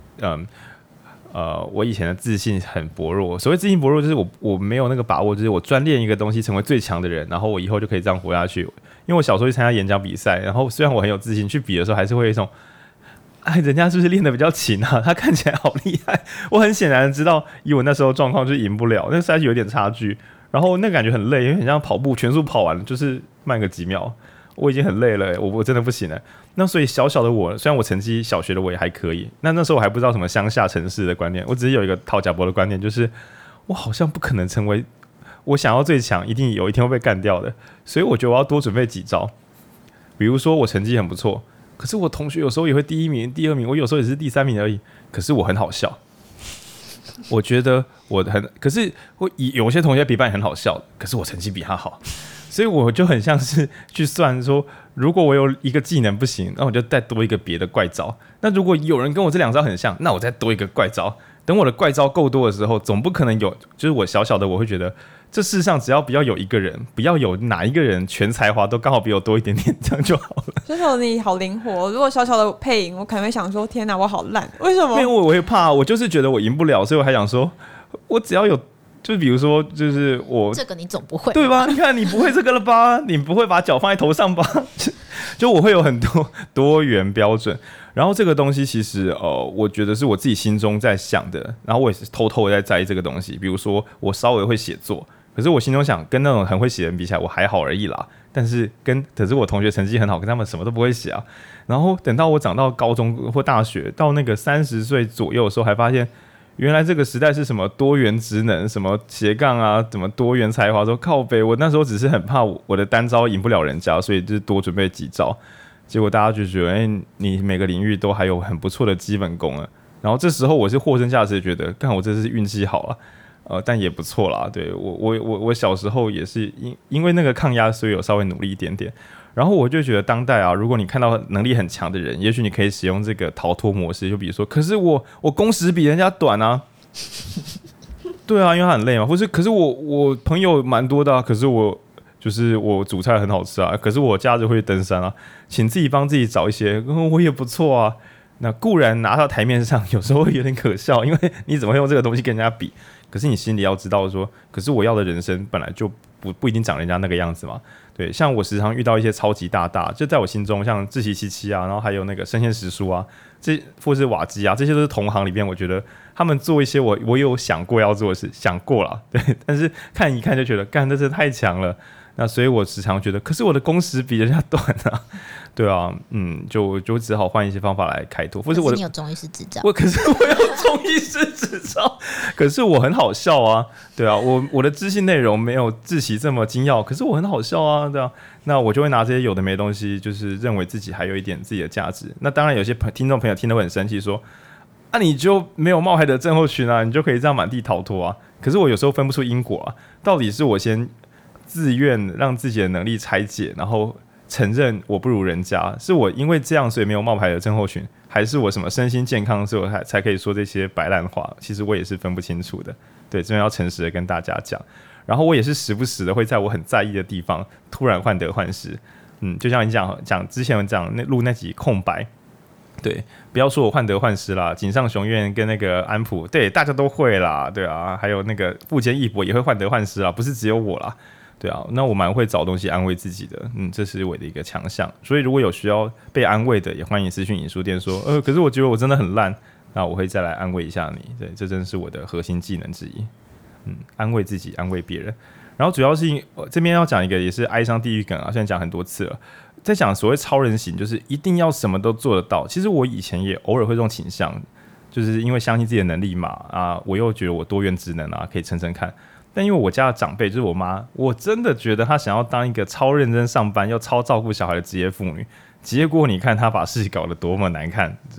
我以前的自信很薄弱。所谓自信薄弱，就是我没有那个把握，就是我专练一个东西成为最强的人，然后我以后就可以这样活下去。因为我小时候去参加演讲比赛，然后虽然我很有自信，去比的时候还是会有一种，人家是不是练得比较勤啊？他看起来好厉害。我很显然知道，以我那时候状况就是赢不了，那赛局有点差距。然后那感觉很累，因为很像跑步，全速跑完就是慢个几秒。我已经很累了，我真的不行了。那所以小小的我，虽然我成绩小学的我也还可以，那时候我还不知道什么乡下城市的观念，我只是有一个讨假博的观念，就是我好像不可能成为我想要最强，一定有一天会被干掉的。所以我觉得我要多准备几招，比如说我成绩很不错，可是我同学有时候也会第1名、第2名，我有时候也是第3名而已，可是我很好笑。我觉得可是有些同学比班也很好笑，可是我成绩比他好。所以我就很像是去算说，如果我有一个技能不行，那我就再多一个别的怪招。那如果有人跟我这2招很像，那我再多一个怪招。等我的怪招够多的时候，总不可能有，就是我小小的我会觉得，这世上只要不要有一个人，不要有哪一个人全才华都刚好比我多一点点，这样就好了。 所以你好灵活。如果小小的配赢，我可能会想说，天哪，我好烂，为什么？ 因为我会怕，我就是觉得我赢不了，所以我还想说，我只要有。就比如说，就是我这个你总不会对吧？你看你不会这个了吧？你不会把脚放在头上吧？就我会有很多多元标准，然后这个东西其实我觉得是我自己心中在想的，然后我也是偷偷的在意这个东西。比如说我稍微会写作，可是我心中想跟那种很会写的人比起来，我还好而已啦。可是我同学成绩很好，跟他们什么都不会写啊。然后等到我长到高中或大学，到那个30岁左右的时候，还发现。原来这个时代是什么多元职能，什么斜杠啊，怎么多元才华？说靠北，我那时候只是很怕我的单招赢不了人家，所以就是多准备几招。结果大家就觉得，你每个领域都还有很不错的基本功了。然后这时候我是货真价实的觉得，干我这是运气好了，但也不错啦。对我小时候也是因为那个抗压，所以有稍微努力一点点。然后我就觉得当代啊，如果你看到能力很强的人，也许你可以使用这个逃脱模式，就比如说，可是我工时比人家短啊，对啊，因为他很累嘛，或是可是我朋友蛮多的啊，可是我煮菜很好吃啊，可是我假日会登山啊，请自己帮自己找一些，我也不错啊。那固然拿到台面上，有时候会有点可笑，因为你怎么会用这个东西跟人家比？可是你心里要知道说，可是我要的人生本来就不一定长人家那个样子嘛。对，像我时常遇到一些超级大，就在我心中，像志祺七七啊，然后还有那个生鲜时书啊，或是瓦基啊，这些都是同行里面，我觉得他们做一些我有想过要做的事，想过了，对，但是看一看就觉得，干，这真的太强了。那所以我时常觉得，可是我的工时比人家短啊，对啊，就只好换一些方法来开拓。或是你有中医师执照， 可是我有中医师执照，可是我很好笑啊，对啊，我的知性内容没有志祺这么精要，可是我很好笑啊，对啊，那我就会拿这些有的没的东西，就是认为自己还有一点自己的价值。那当然有些听众朋友听得会很生气，说，你就没有冒牌者症候群啊，你就可以这样满地逃脱啊。可是我有时候分不出因果啊，到底是我先自愿让自己的能力拆解，然后承认我不如人家，是我因为这样所以没有冒牌的症候群，还是我什么身心健康所以我才可以说这些白烂话？其实我也是分不清楚的。对，这边要诚实的跟大家讲。然后我也是时不时的会在我很在意的地方突然患得患失。就像你讲之前我讲录那集空白，对，不要说我患得患失啦，井上雄彦跟那个安普，对，大家都会啦，对啊，还有那个富坚义博也会患得患失啦，不是只有我啦。对啊，那我蛮会找东西安慰自己的，这是我的一个强项。所以如果有需要被安慰的，也欢迎私讯影书店说，可是我觉得我真的很烂，那我会再来安慰一下你。对，这真是我的核心技能之一。安慰自己，安慰别人。然后主要是这边要讲一个也是哀伤地狱梗啊，现在讲很多次了，在讲所谓超人型，就是一定要什么都做得到。其实我以前也偶尔会这种倾向，就是因为相信自己的能力嘛，我又觉得我多元职能可以撑撑看。但因为我家的长辈就是我妈，我真的觉得她想要当一个超认真上班又超照顾小孩的职业妇女，结果你看她把事情搞得多么难看，对，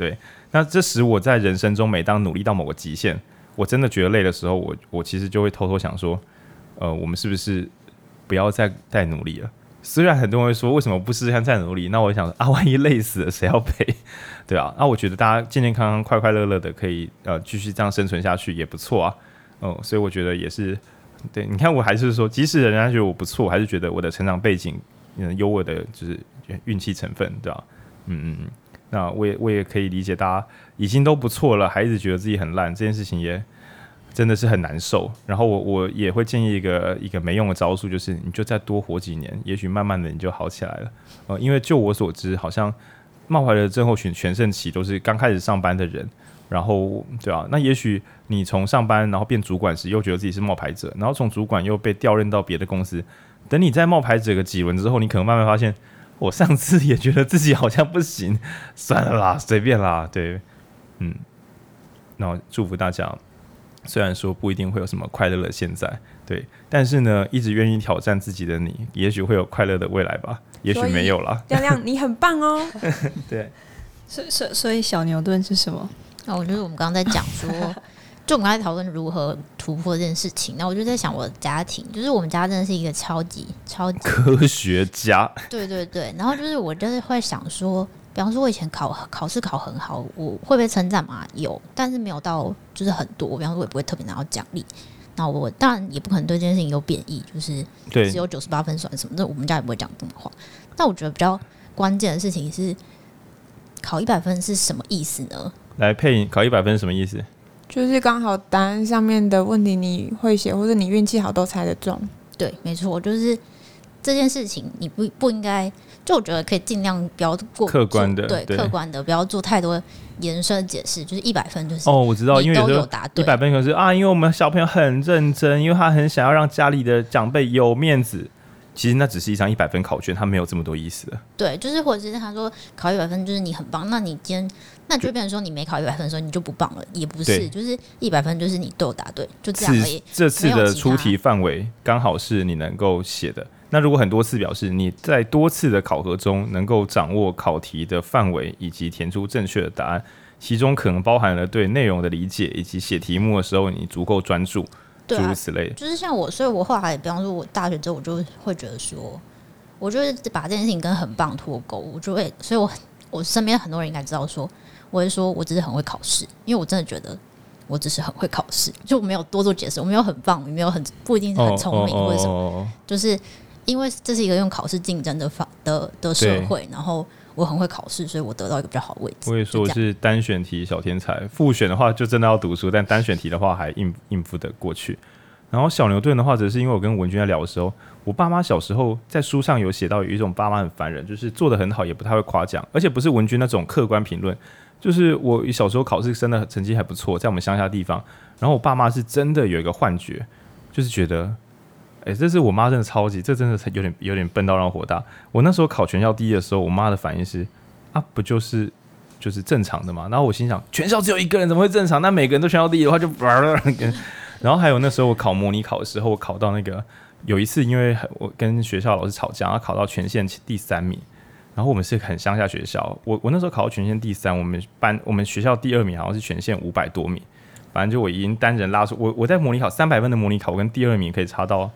那这使我在人生中每当努力到某个极限，我真的觉得累的时候，我其实就会偷偷想说，我们是不是不要再努力了？虽然很多人会说为什么不试试看再努力，那我想说万一累死了谁要赔？对啊，那我觉得大家健健康康、快快乐乐的，可以继续这样生存下去也不错啊。所以我觉得也是，对，你看我还是说，即使人家觉得我不错，我还是觉得我的成长背景有我的就是运气成分，对吧？那我也可以理解大家已经都不错了，还一直觉得自己很烂，这件事情也真的是很难受。然后我也会建议一个没用的招数，就是你就再多活几年，也许慢慢的你就好起来了。因为就我所知，好像冒牌的症候群全盛期都是刚开始上班的人，然后对啊，那也许你从上班然后变主管时又觉得自己是冒牌者，然后从主管又被调任到别的公司，等你在冒牌者个几轮之后，你可能慢慢发现，我上次也觉得自己好像不行，算了啦，随便啦，对，那祝福大家。虽然说不一定会有什么快乐的现在，对，但是呢，一直愿意挑战自己的你，也许会有快乐的未来吧，也许没有啦。 亮亮，你很棒哦。 对， 所以小牛顿是什么？ 我觉得我们刚刚在讲说，就我们刚才讨论如何突破这件事情，那我就在想我的家庭，就是我们家真的是一个超级科学家。 对对对，然后就是我就是会想说，比方说我以前考试考很好，我会被称赞吗？有，但是没有到就是很多，比方说我也不会特别拿到奖励。那我当然也不可能对这件事情有贬义，就是只有98分算什么，这我们家也不会讲这种话。但我觉得比较关键的事情是，考100分是什么意思呢？ 来配考100分是什么意思？ 就是刚好答案上面的问题你会写，或者你运气好都猜得中。 对，没错，就是这件事情你不应该，就我觉得可以尽量不要过客观的， 对客观的，不要做太多延伸解释，就是100分就是我知道，因为都有答对 100分可是因为我们小朋友很认真，因为他很想要让家里的长辈有面子。其实那只是一张100分考卷，它没有这么多意思的。 对，就是或者是他说考100分就是你很棒，那你今天那就变成说你没考100分的时候你就不棒了，也不是，就是100分就是你都有答对，就这样而已。 这次的出题范围刚好是你能够写的。那如果很多次，表示你在多次的考核中能够掌握考题的范围以及填出正确的答案，其中可能包含了对内容的理解以及写题目的时候你足够专注。 对啊， 诸如此类的， 就是像我，所以我后来，比方说，我大学之后，我就会觉得说，我就会把这件事情跟很棒脱钩，我就会，所以我身边很多人应该知道说，我会说我只是很会考试，因为我真的觉得我只是很会考试，就我没有多做解释，我没有很棒，我没有不一定是很聪明或者什么，就是因为这是一个用考试竞争的社会，然后我很会考试，所以我得到一个比较好的位置。 我也说我是单选题小天才，复选的话就真的要读书，但单选题的话还应付得过去。然后小牛顿的话，只是因为我跟文君在聊的时候，我爸妈小时候在书上有写到有一种爸妈很烦人，就是做得很好也不太会夸奖，而且不是文君那种客观评论，就是我小时候考试真的成绩还不错，在我们乡下地方，然后我爸妈是真的有一个幻觉，就是觉得这是我妈真的超级，这真的有点笨到让我火大。我那时候考全校第一的时候，我妈的反应是不就是正常的嘛？然后我心想，全校只有一个人怎么会正常？那每个人都全校第一的话就然后还有那时候我考模拟考的时候，我考到那个有一次，因为我跟学校老师吵架，然后考到全县第3名。然后我们是很乡下学校，我那时候考到全县第3，我们学校第2名好像是全县500多名。反正就我已经单人拉出我在模拟考300分的模拟考，我跟第2名可以差到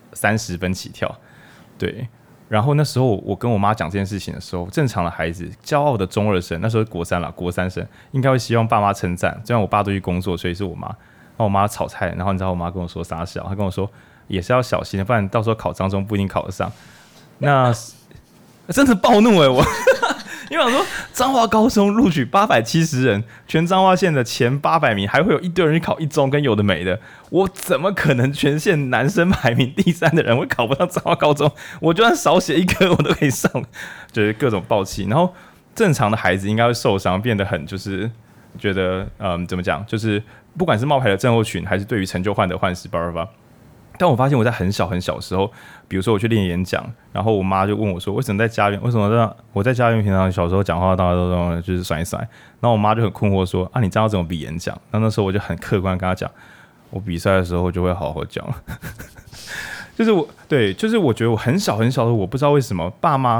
30分起跳，对。然后那时候我跟我妈讲这件事情的时候，正常的孩子，骄傲的中2生，那时候国3生，应该会希望爸妈称赞。虽然我爸都去工作，所以是我妈。然后我妈炒菜，然后你知道我妈跟我说傻小，她跟我说也是要小心的，不然到时候考彰中不一定考得上。那真的暴怒我。因为我说彰化高中录取870人，全彰化县的前800名，还会有一堆人去考一中跟有的没的，我怎么可能全县男生排名第3的人会考不上彰化高中？我就算少写一科我都可以上，就是各种爆气。然后正常的孩子应该会受伤，变得很就是觉得怎么讲，就是不管是冒牌的症候群，还是对于成就患得患失，但我发现我在很小很小的时候，比如说我去练演讲，然后我妈就问我说，为什么在家里我在家里平常小时候讲话大家都就是甩一甩，然后我妈就很困惑说你这样怎么比演讲？那时候我就很客观跟她讲，我比赛的时候就会好好讲。就是我觉得我很小很小的，我不知道为什么爸妈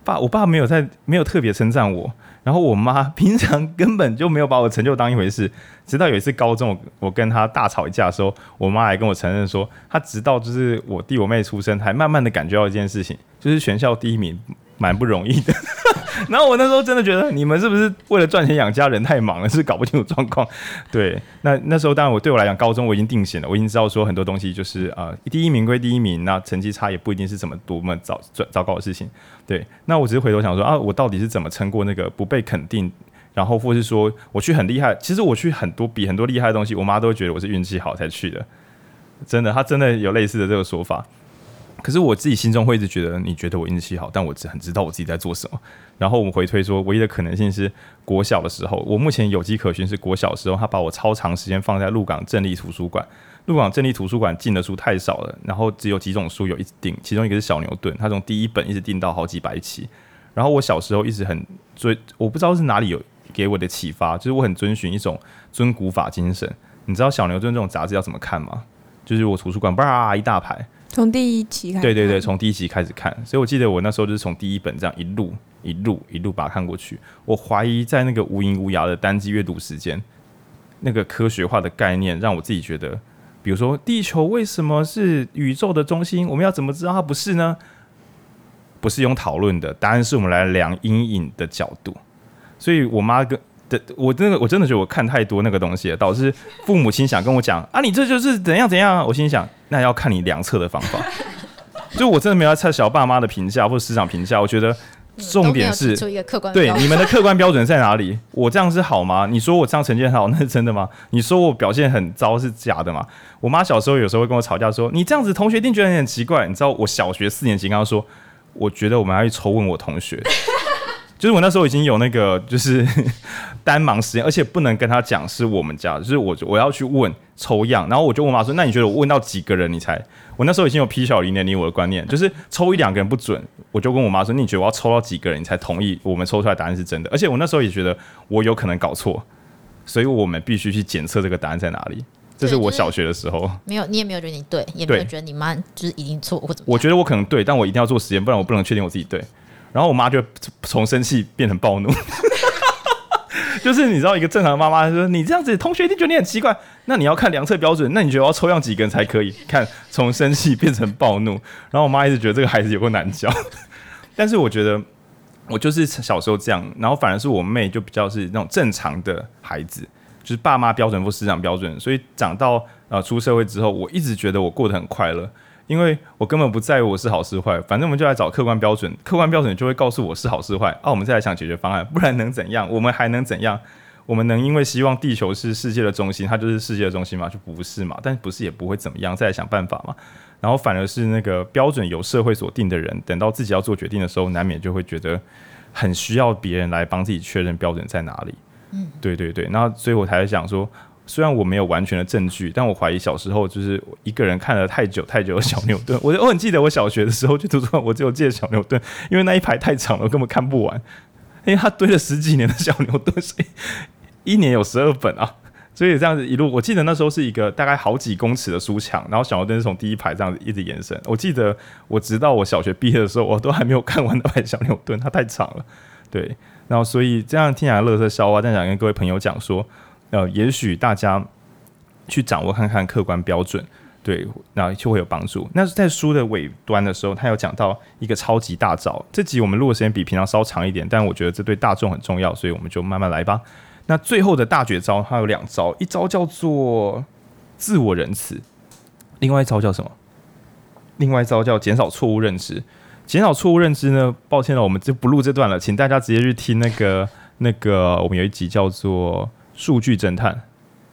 我爸没有特别称赞我，然后我妈平常根本就没有把我成就当一回事，直到有一次高中我跟她大吵一架的时候，我妈还跟我承认说，她直到就是我弟我妹出生，才慢慢的感觉到一件事情，就是全校第一名蛮不容易的。然后我那时候真的觉得你们是不是为了赚钱养家人太忙了，是搞不清楚状况。对，那时候当然对我来讲，高中我已经定型了，我已经知道说很多东西就是第一名归第一名，那成绩差也不一定是多么糟糕的事情。对，那我只是回头想说我到底是怎么撑过那个不被肯定，然后或是说我去很厉害，其实我去比很多厉害的东西，我妈都会觉得我是运气好才去的，真的，她真的有类似的这个说法。可是我自己心中会一直觉得，你觉得我运气好，但我很知道我自己在做什么。然后我们回推说，唯一的可能性是国小的时候，我目前有迹可循是国小的时候，他把我超长时间放在鹿港镇立图书馆。鹿港镇立图书馆进的书太少了，然后只有几种书有一直订，其中一个是小牛顿，他从第一本一直订到好几百期。然后我小时候一直很我不知道是哪里有给我的启发，就是我很遵循一种遵古法精神。你知道小牛顿这种杂志要怎么看吗？就是我图书馆一大排。 从第一期开始看， 对，从第一期开始看，所以我记得我那时候就是从第一本这样一路把它看过去。我怀疑在那个无垠无涯的单机阅读时间，那个科学化的概念让我自己觉得，比如说地球为什么是宇宙的中心，我们要怎么知道它不是呢？不是用讨论的，答案是我们来量阴影的角度。所以我妈我真的觉得我看太多那个东西了，导致父母亲想跟我讲你这就是怎样怎样。我心想，那要看你量测的方法。就我真的没有在猜小爸妈的评价或者师长评价，我觉得重点是对你们的客观标准在哪里？我这样是好吗？你说我这样成绩很好，那是真的吗？你说我表现很糟是假的吗？我妈小时候有时候会跟我吵架说，你这样子同学一定觉得你很奇怪。你知道我小学4年级跟她说，我觉得我们要去抽问我同学。就是我那时候已经有那个就是单盲实验，而且不能跟他讲是我们家的，就是我要去问抽样，然后我就问我妈说，那你觉得我问到几个人你才？我那时候已经有P小0你我的观念，就是抽1-2个人不准，我就跟我妈说，你觉得我要抽到几个人你才同意我们抽出来的答案是真的？而且我那时候也觉得我有可能搞错，所以我们必须去检测这个答案在哪里。这是我小学的时候， 没有，你也没有觉得你对，也没有觉得你妈就是一定错或怎么样。 我觉得我可能对，但我一定要做实验，不然我不能确定我自己对。然后我妈就从生气变成暴怒，就是你知道一个正常的妈妈说你这样子同学一定觉得你很奇怪，那你要看量测标准，那你觉得我要抽样几个人才可以？看从生气变成暴怒，然后我妈一直觉得这个孩子有够难教，但是我觉得我就是小时候这样，然后反而是我妹就比较是那种正常的孩子，就是爸妈标准或师长标准，所以长到出社会之后，我一直觉得我过得很快乐。因为我根本不在乎我是好是坏，反正我们就来找客观标准，客观标准就会告诉我是好是坏我们再来想解决方案，不然能怎样？我们还能怎样？我们能因为希望地球是世界的中心，它就是世界的中心吗？就不是嘛，但不是也不会怎么样，再来想办法嘛。然后反而是那个标准由社会所定的人，等到自己要做决定的时候，难免就会觉得很需要别人来帮自己确认标准在哪里。对，然后所以我才想说，虽然我没有完全的证据，但我怀疑小时候就是一个人看了太久的小牛顿。我很记得我小学的时候去图书馆，我只有借小牛顿，因为那一排太长了，我根本看不完，因为他堆了10几年的小牛顿，所以1年有12本啊。所以这样子一路，我记得那时候是一个大概好几公尺的书墙，然后小牛顿是从第一排这样子一直延伸。我记得我直到我小学毕业的时候，我都还没有看完那排小牛顿，它太长了。对，然后所以这样听起来垃圾笑话，但想跟各位朋友讲说。也许大家去掌握看看客观标准，对，那就会有帮助。那在书的尾端的时候，他有讲到一个超级大招。这集我们录的时间比平常稍长一点，但我觉得这对大众很重要，所以我们就慢慢来吧。那最后的大绝招，它有2招，一招叫做自我仁慈，另外一招叫什么？另外一招叫减少错误认知。减少错误认知呢？抱歉了，我们就不录这段了，请大家直接去听那个，我们有一集叫做。数据侦探，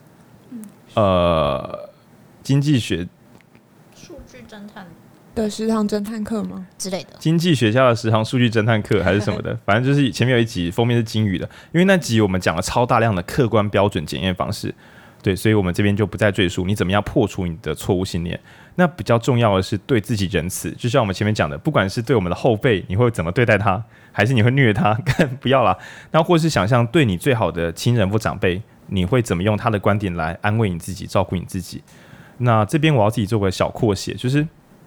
经济学数据侦探的食堂侦探课吗之类的？ 经济学家的食堂数据侦探课还是什么的，反正就是前面有一集封面是金鱼的，因为那集我们讲了超大量的客观标准检验方式，对，所以我们这边就不再赘述你怎么样破除你的错误信念。那比较重要的是对自己仁慈，就像我们前面讲的，不管是对我们的后辈，你会怎么对待他，还是你会虐他，不要啦。那或是想象对你最好的亲人或长辈，你会怎么用他的观点来安慰你自己，照顾你自己。那这边我要自己做个小扩写，就是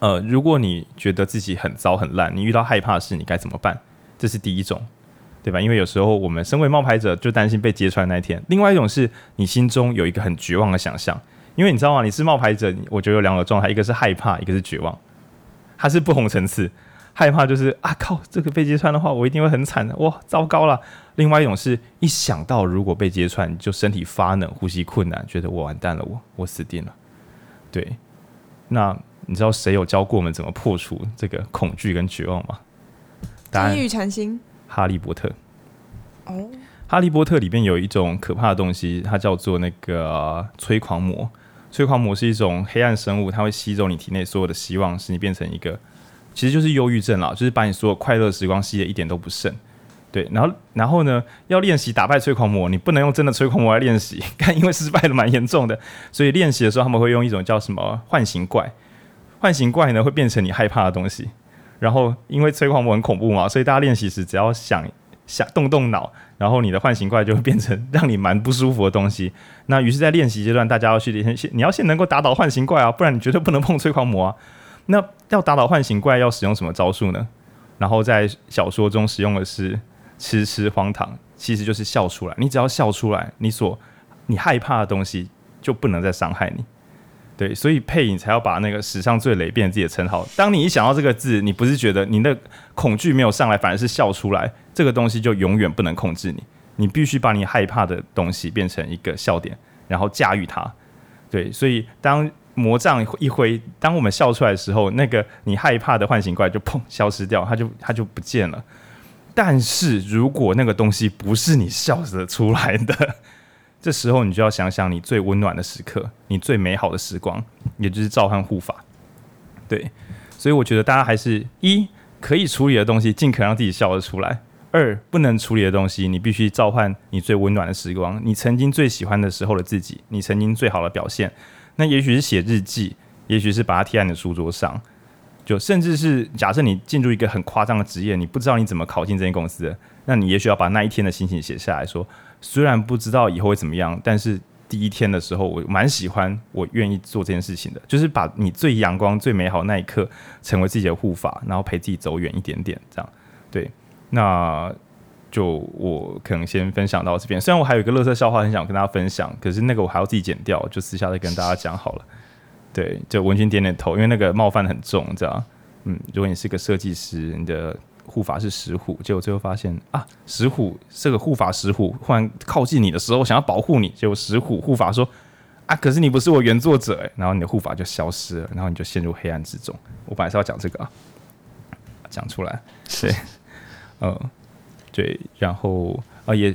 如果你觉得自己很糟很烂，你遇到害怕的事，你该怎么办？这是第一种，对吧？因为有时候我们身为冒牌者，就担心被揭穿那一天。另外一种是你心中有一个很绝望的想象，因为你知道吗？你是冒牌者，我觉得有2个状态，一个是害怕，一个是绝望，它是不同层次。害怕就是啊靠，这个被揭穿的话，我一定会很惨的，哇，糟糕了。另外一种是一想到如果被揭穿，你就身体发冷，呼吸困难，觉得我完蛋了，我死定了。对，那你知道谁有教过我们怎么破除这个恐惧跟绝望吗？答案： 金玉禅心。 哈利波特。 哦， 哈利波特里面有一种可怕的东西，它叫做那个催狂魔。催狂魔是一种黑暗生物，它会吸走你体内所有的希望，使你变成一个，其实就是忧郁症啦，就是把你所有快乐时光吸得一点都不剩。对，然后呢，要练习打败催狂魔，你不能用真的催狂魔来练习，因为失败了蛮严重的。所以练习的时候，他们会用一种叫什么唤醒怪。唤醒怪呢，会变成你害怕的东西。然后因为催狂魔很恐怖嘛，所以大家练习时只要想动脑，然后你的唤醒怪就会变成让你蛮不舒服的东西。那于是，在练习阶段，大家要去练，你要先能够打倒唤醒怪啊，不然你绝对不能碰催狂魔啊。那要打倒唤醒怪，要使用什么招数呢？然后在小说中使用的是吃荒唐，其实就是笑出来。你只要笑出来，你害怕的东西就不能再伤害你。对，所以配音才要把那个史上最雷变成自己的称号。当你一想到这个字，你不是觉得你的恐惧没有上来，反而是笑出来，这个东西就永远不能控制你。你必须把你害怕的东西变成一个笑点，然后驾驭它。对，所以当魔杖一挥，当我们笑出来的时候，那个你害怕的唤醒怪就砰消失掉，它就不见了。但是如果那个东西不是你笑着出来的，这时候你就要想想你最温暖的时刻，你最美好的时光，也就是召唤护法。对，所以我觉得大家还是可以处理的东西，尽可能让自己笑得出来；2不能处理的东西，你必须召唤你最温暖的时光，你曾经最喜欢的时候的自己，你曾经最好的表现。那也许是写日记，也许是把它贴在你的书桌上，就甚至是假设你进入一个很夸张的职业，你不知道你怎么考进这间公司的，那你也许要把那一天的心情写下来说，虽然不知道以后会怎么样，但是第一天的时候我蛮喜欢，我愿意做这件事情的，就是把你最阳光最美好的那一刻成为自己的护法，然后陪自己走远一点点这样。对，那就我可能先分享到这边，虽然我还有一个垃圾笑话很想跟大家分享，可是那个我还要自己剪掉，就私下再跟大家讲好了。对，就文君点点头，因为那个冒犯很重，这样。如果你是个设计师，你的护法是石虎，结果最后发现啊，石虎这个护法石虎忽然靠近你的时候，想要保护你，结果石虎护法说啊，可是你不是我原作者，然后你的护法就消失了，然后你就陷入黑暗之中。我本来是要讲这个啊，讲出来，对，对，然后也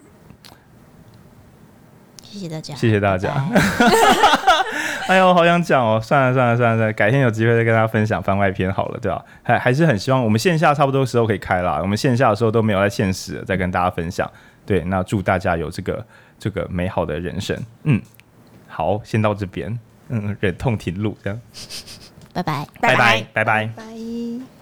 谢谢大家， 谢谢大家。 拜拜哎呦，好想讲哦！算了，改天有机会再跟大家分享番外篇好了，对吧？还是很希望我们线下差不多时候可以开啦。我们线下的时候都没有在现实再跟大家分享。对，那祝大家有这个美好的人生。好，先到这边。忍痛停录，这样。 拜拜， 拜拜。 拜。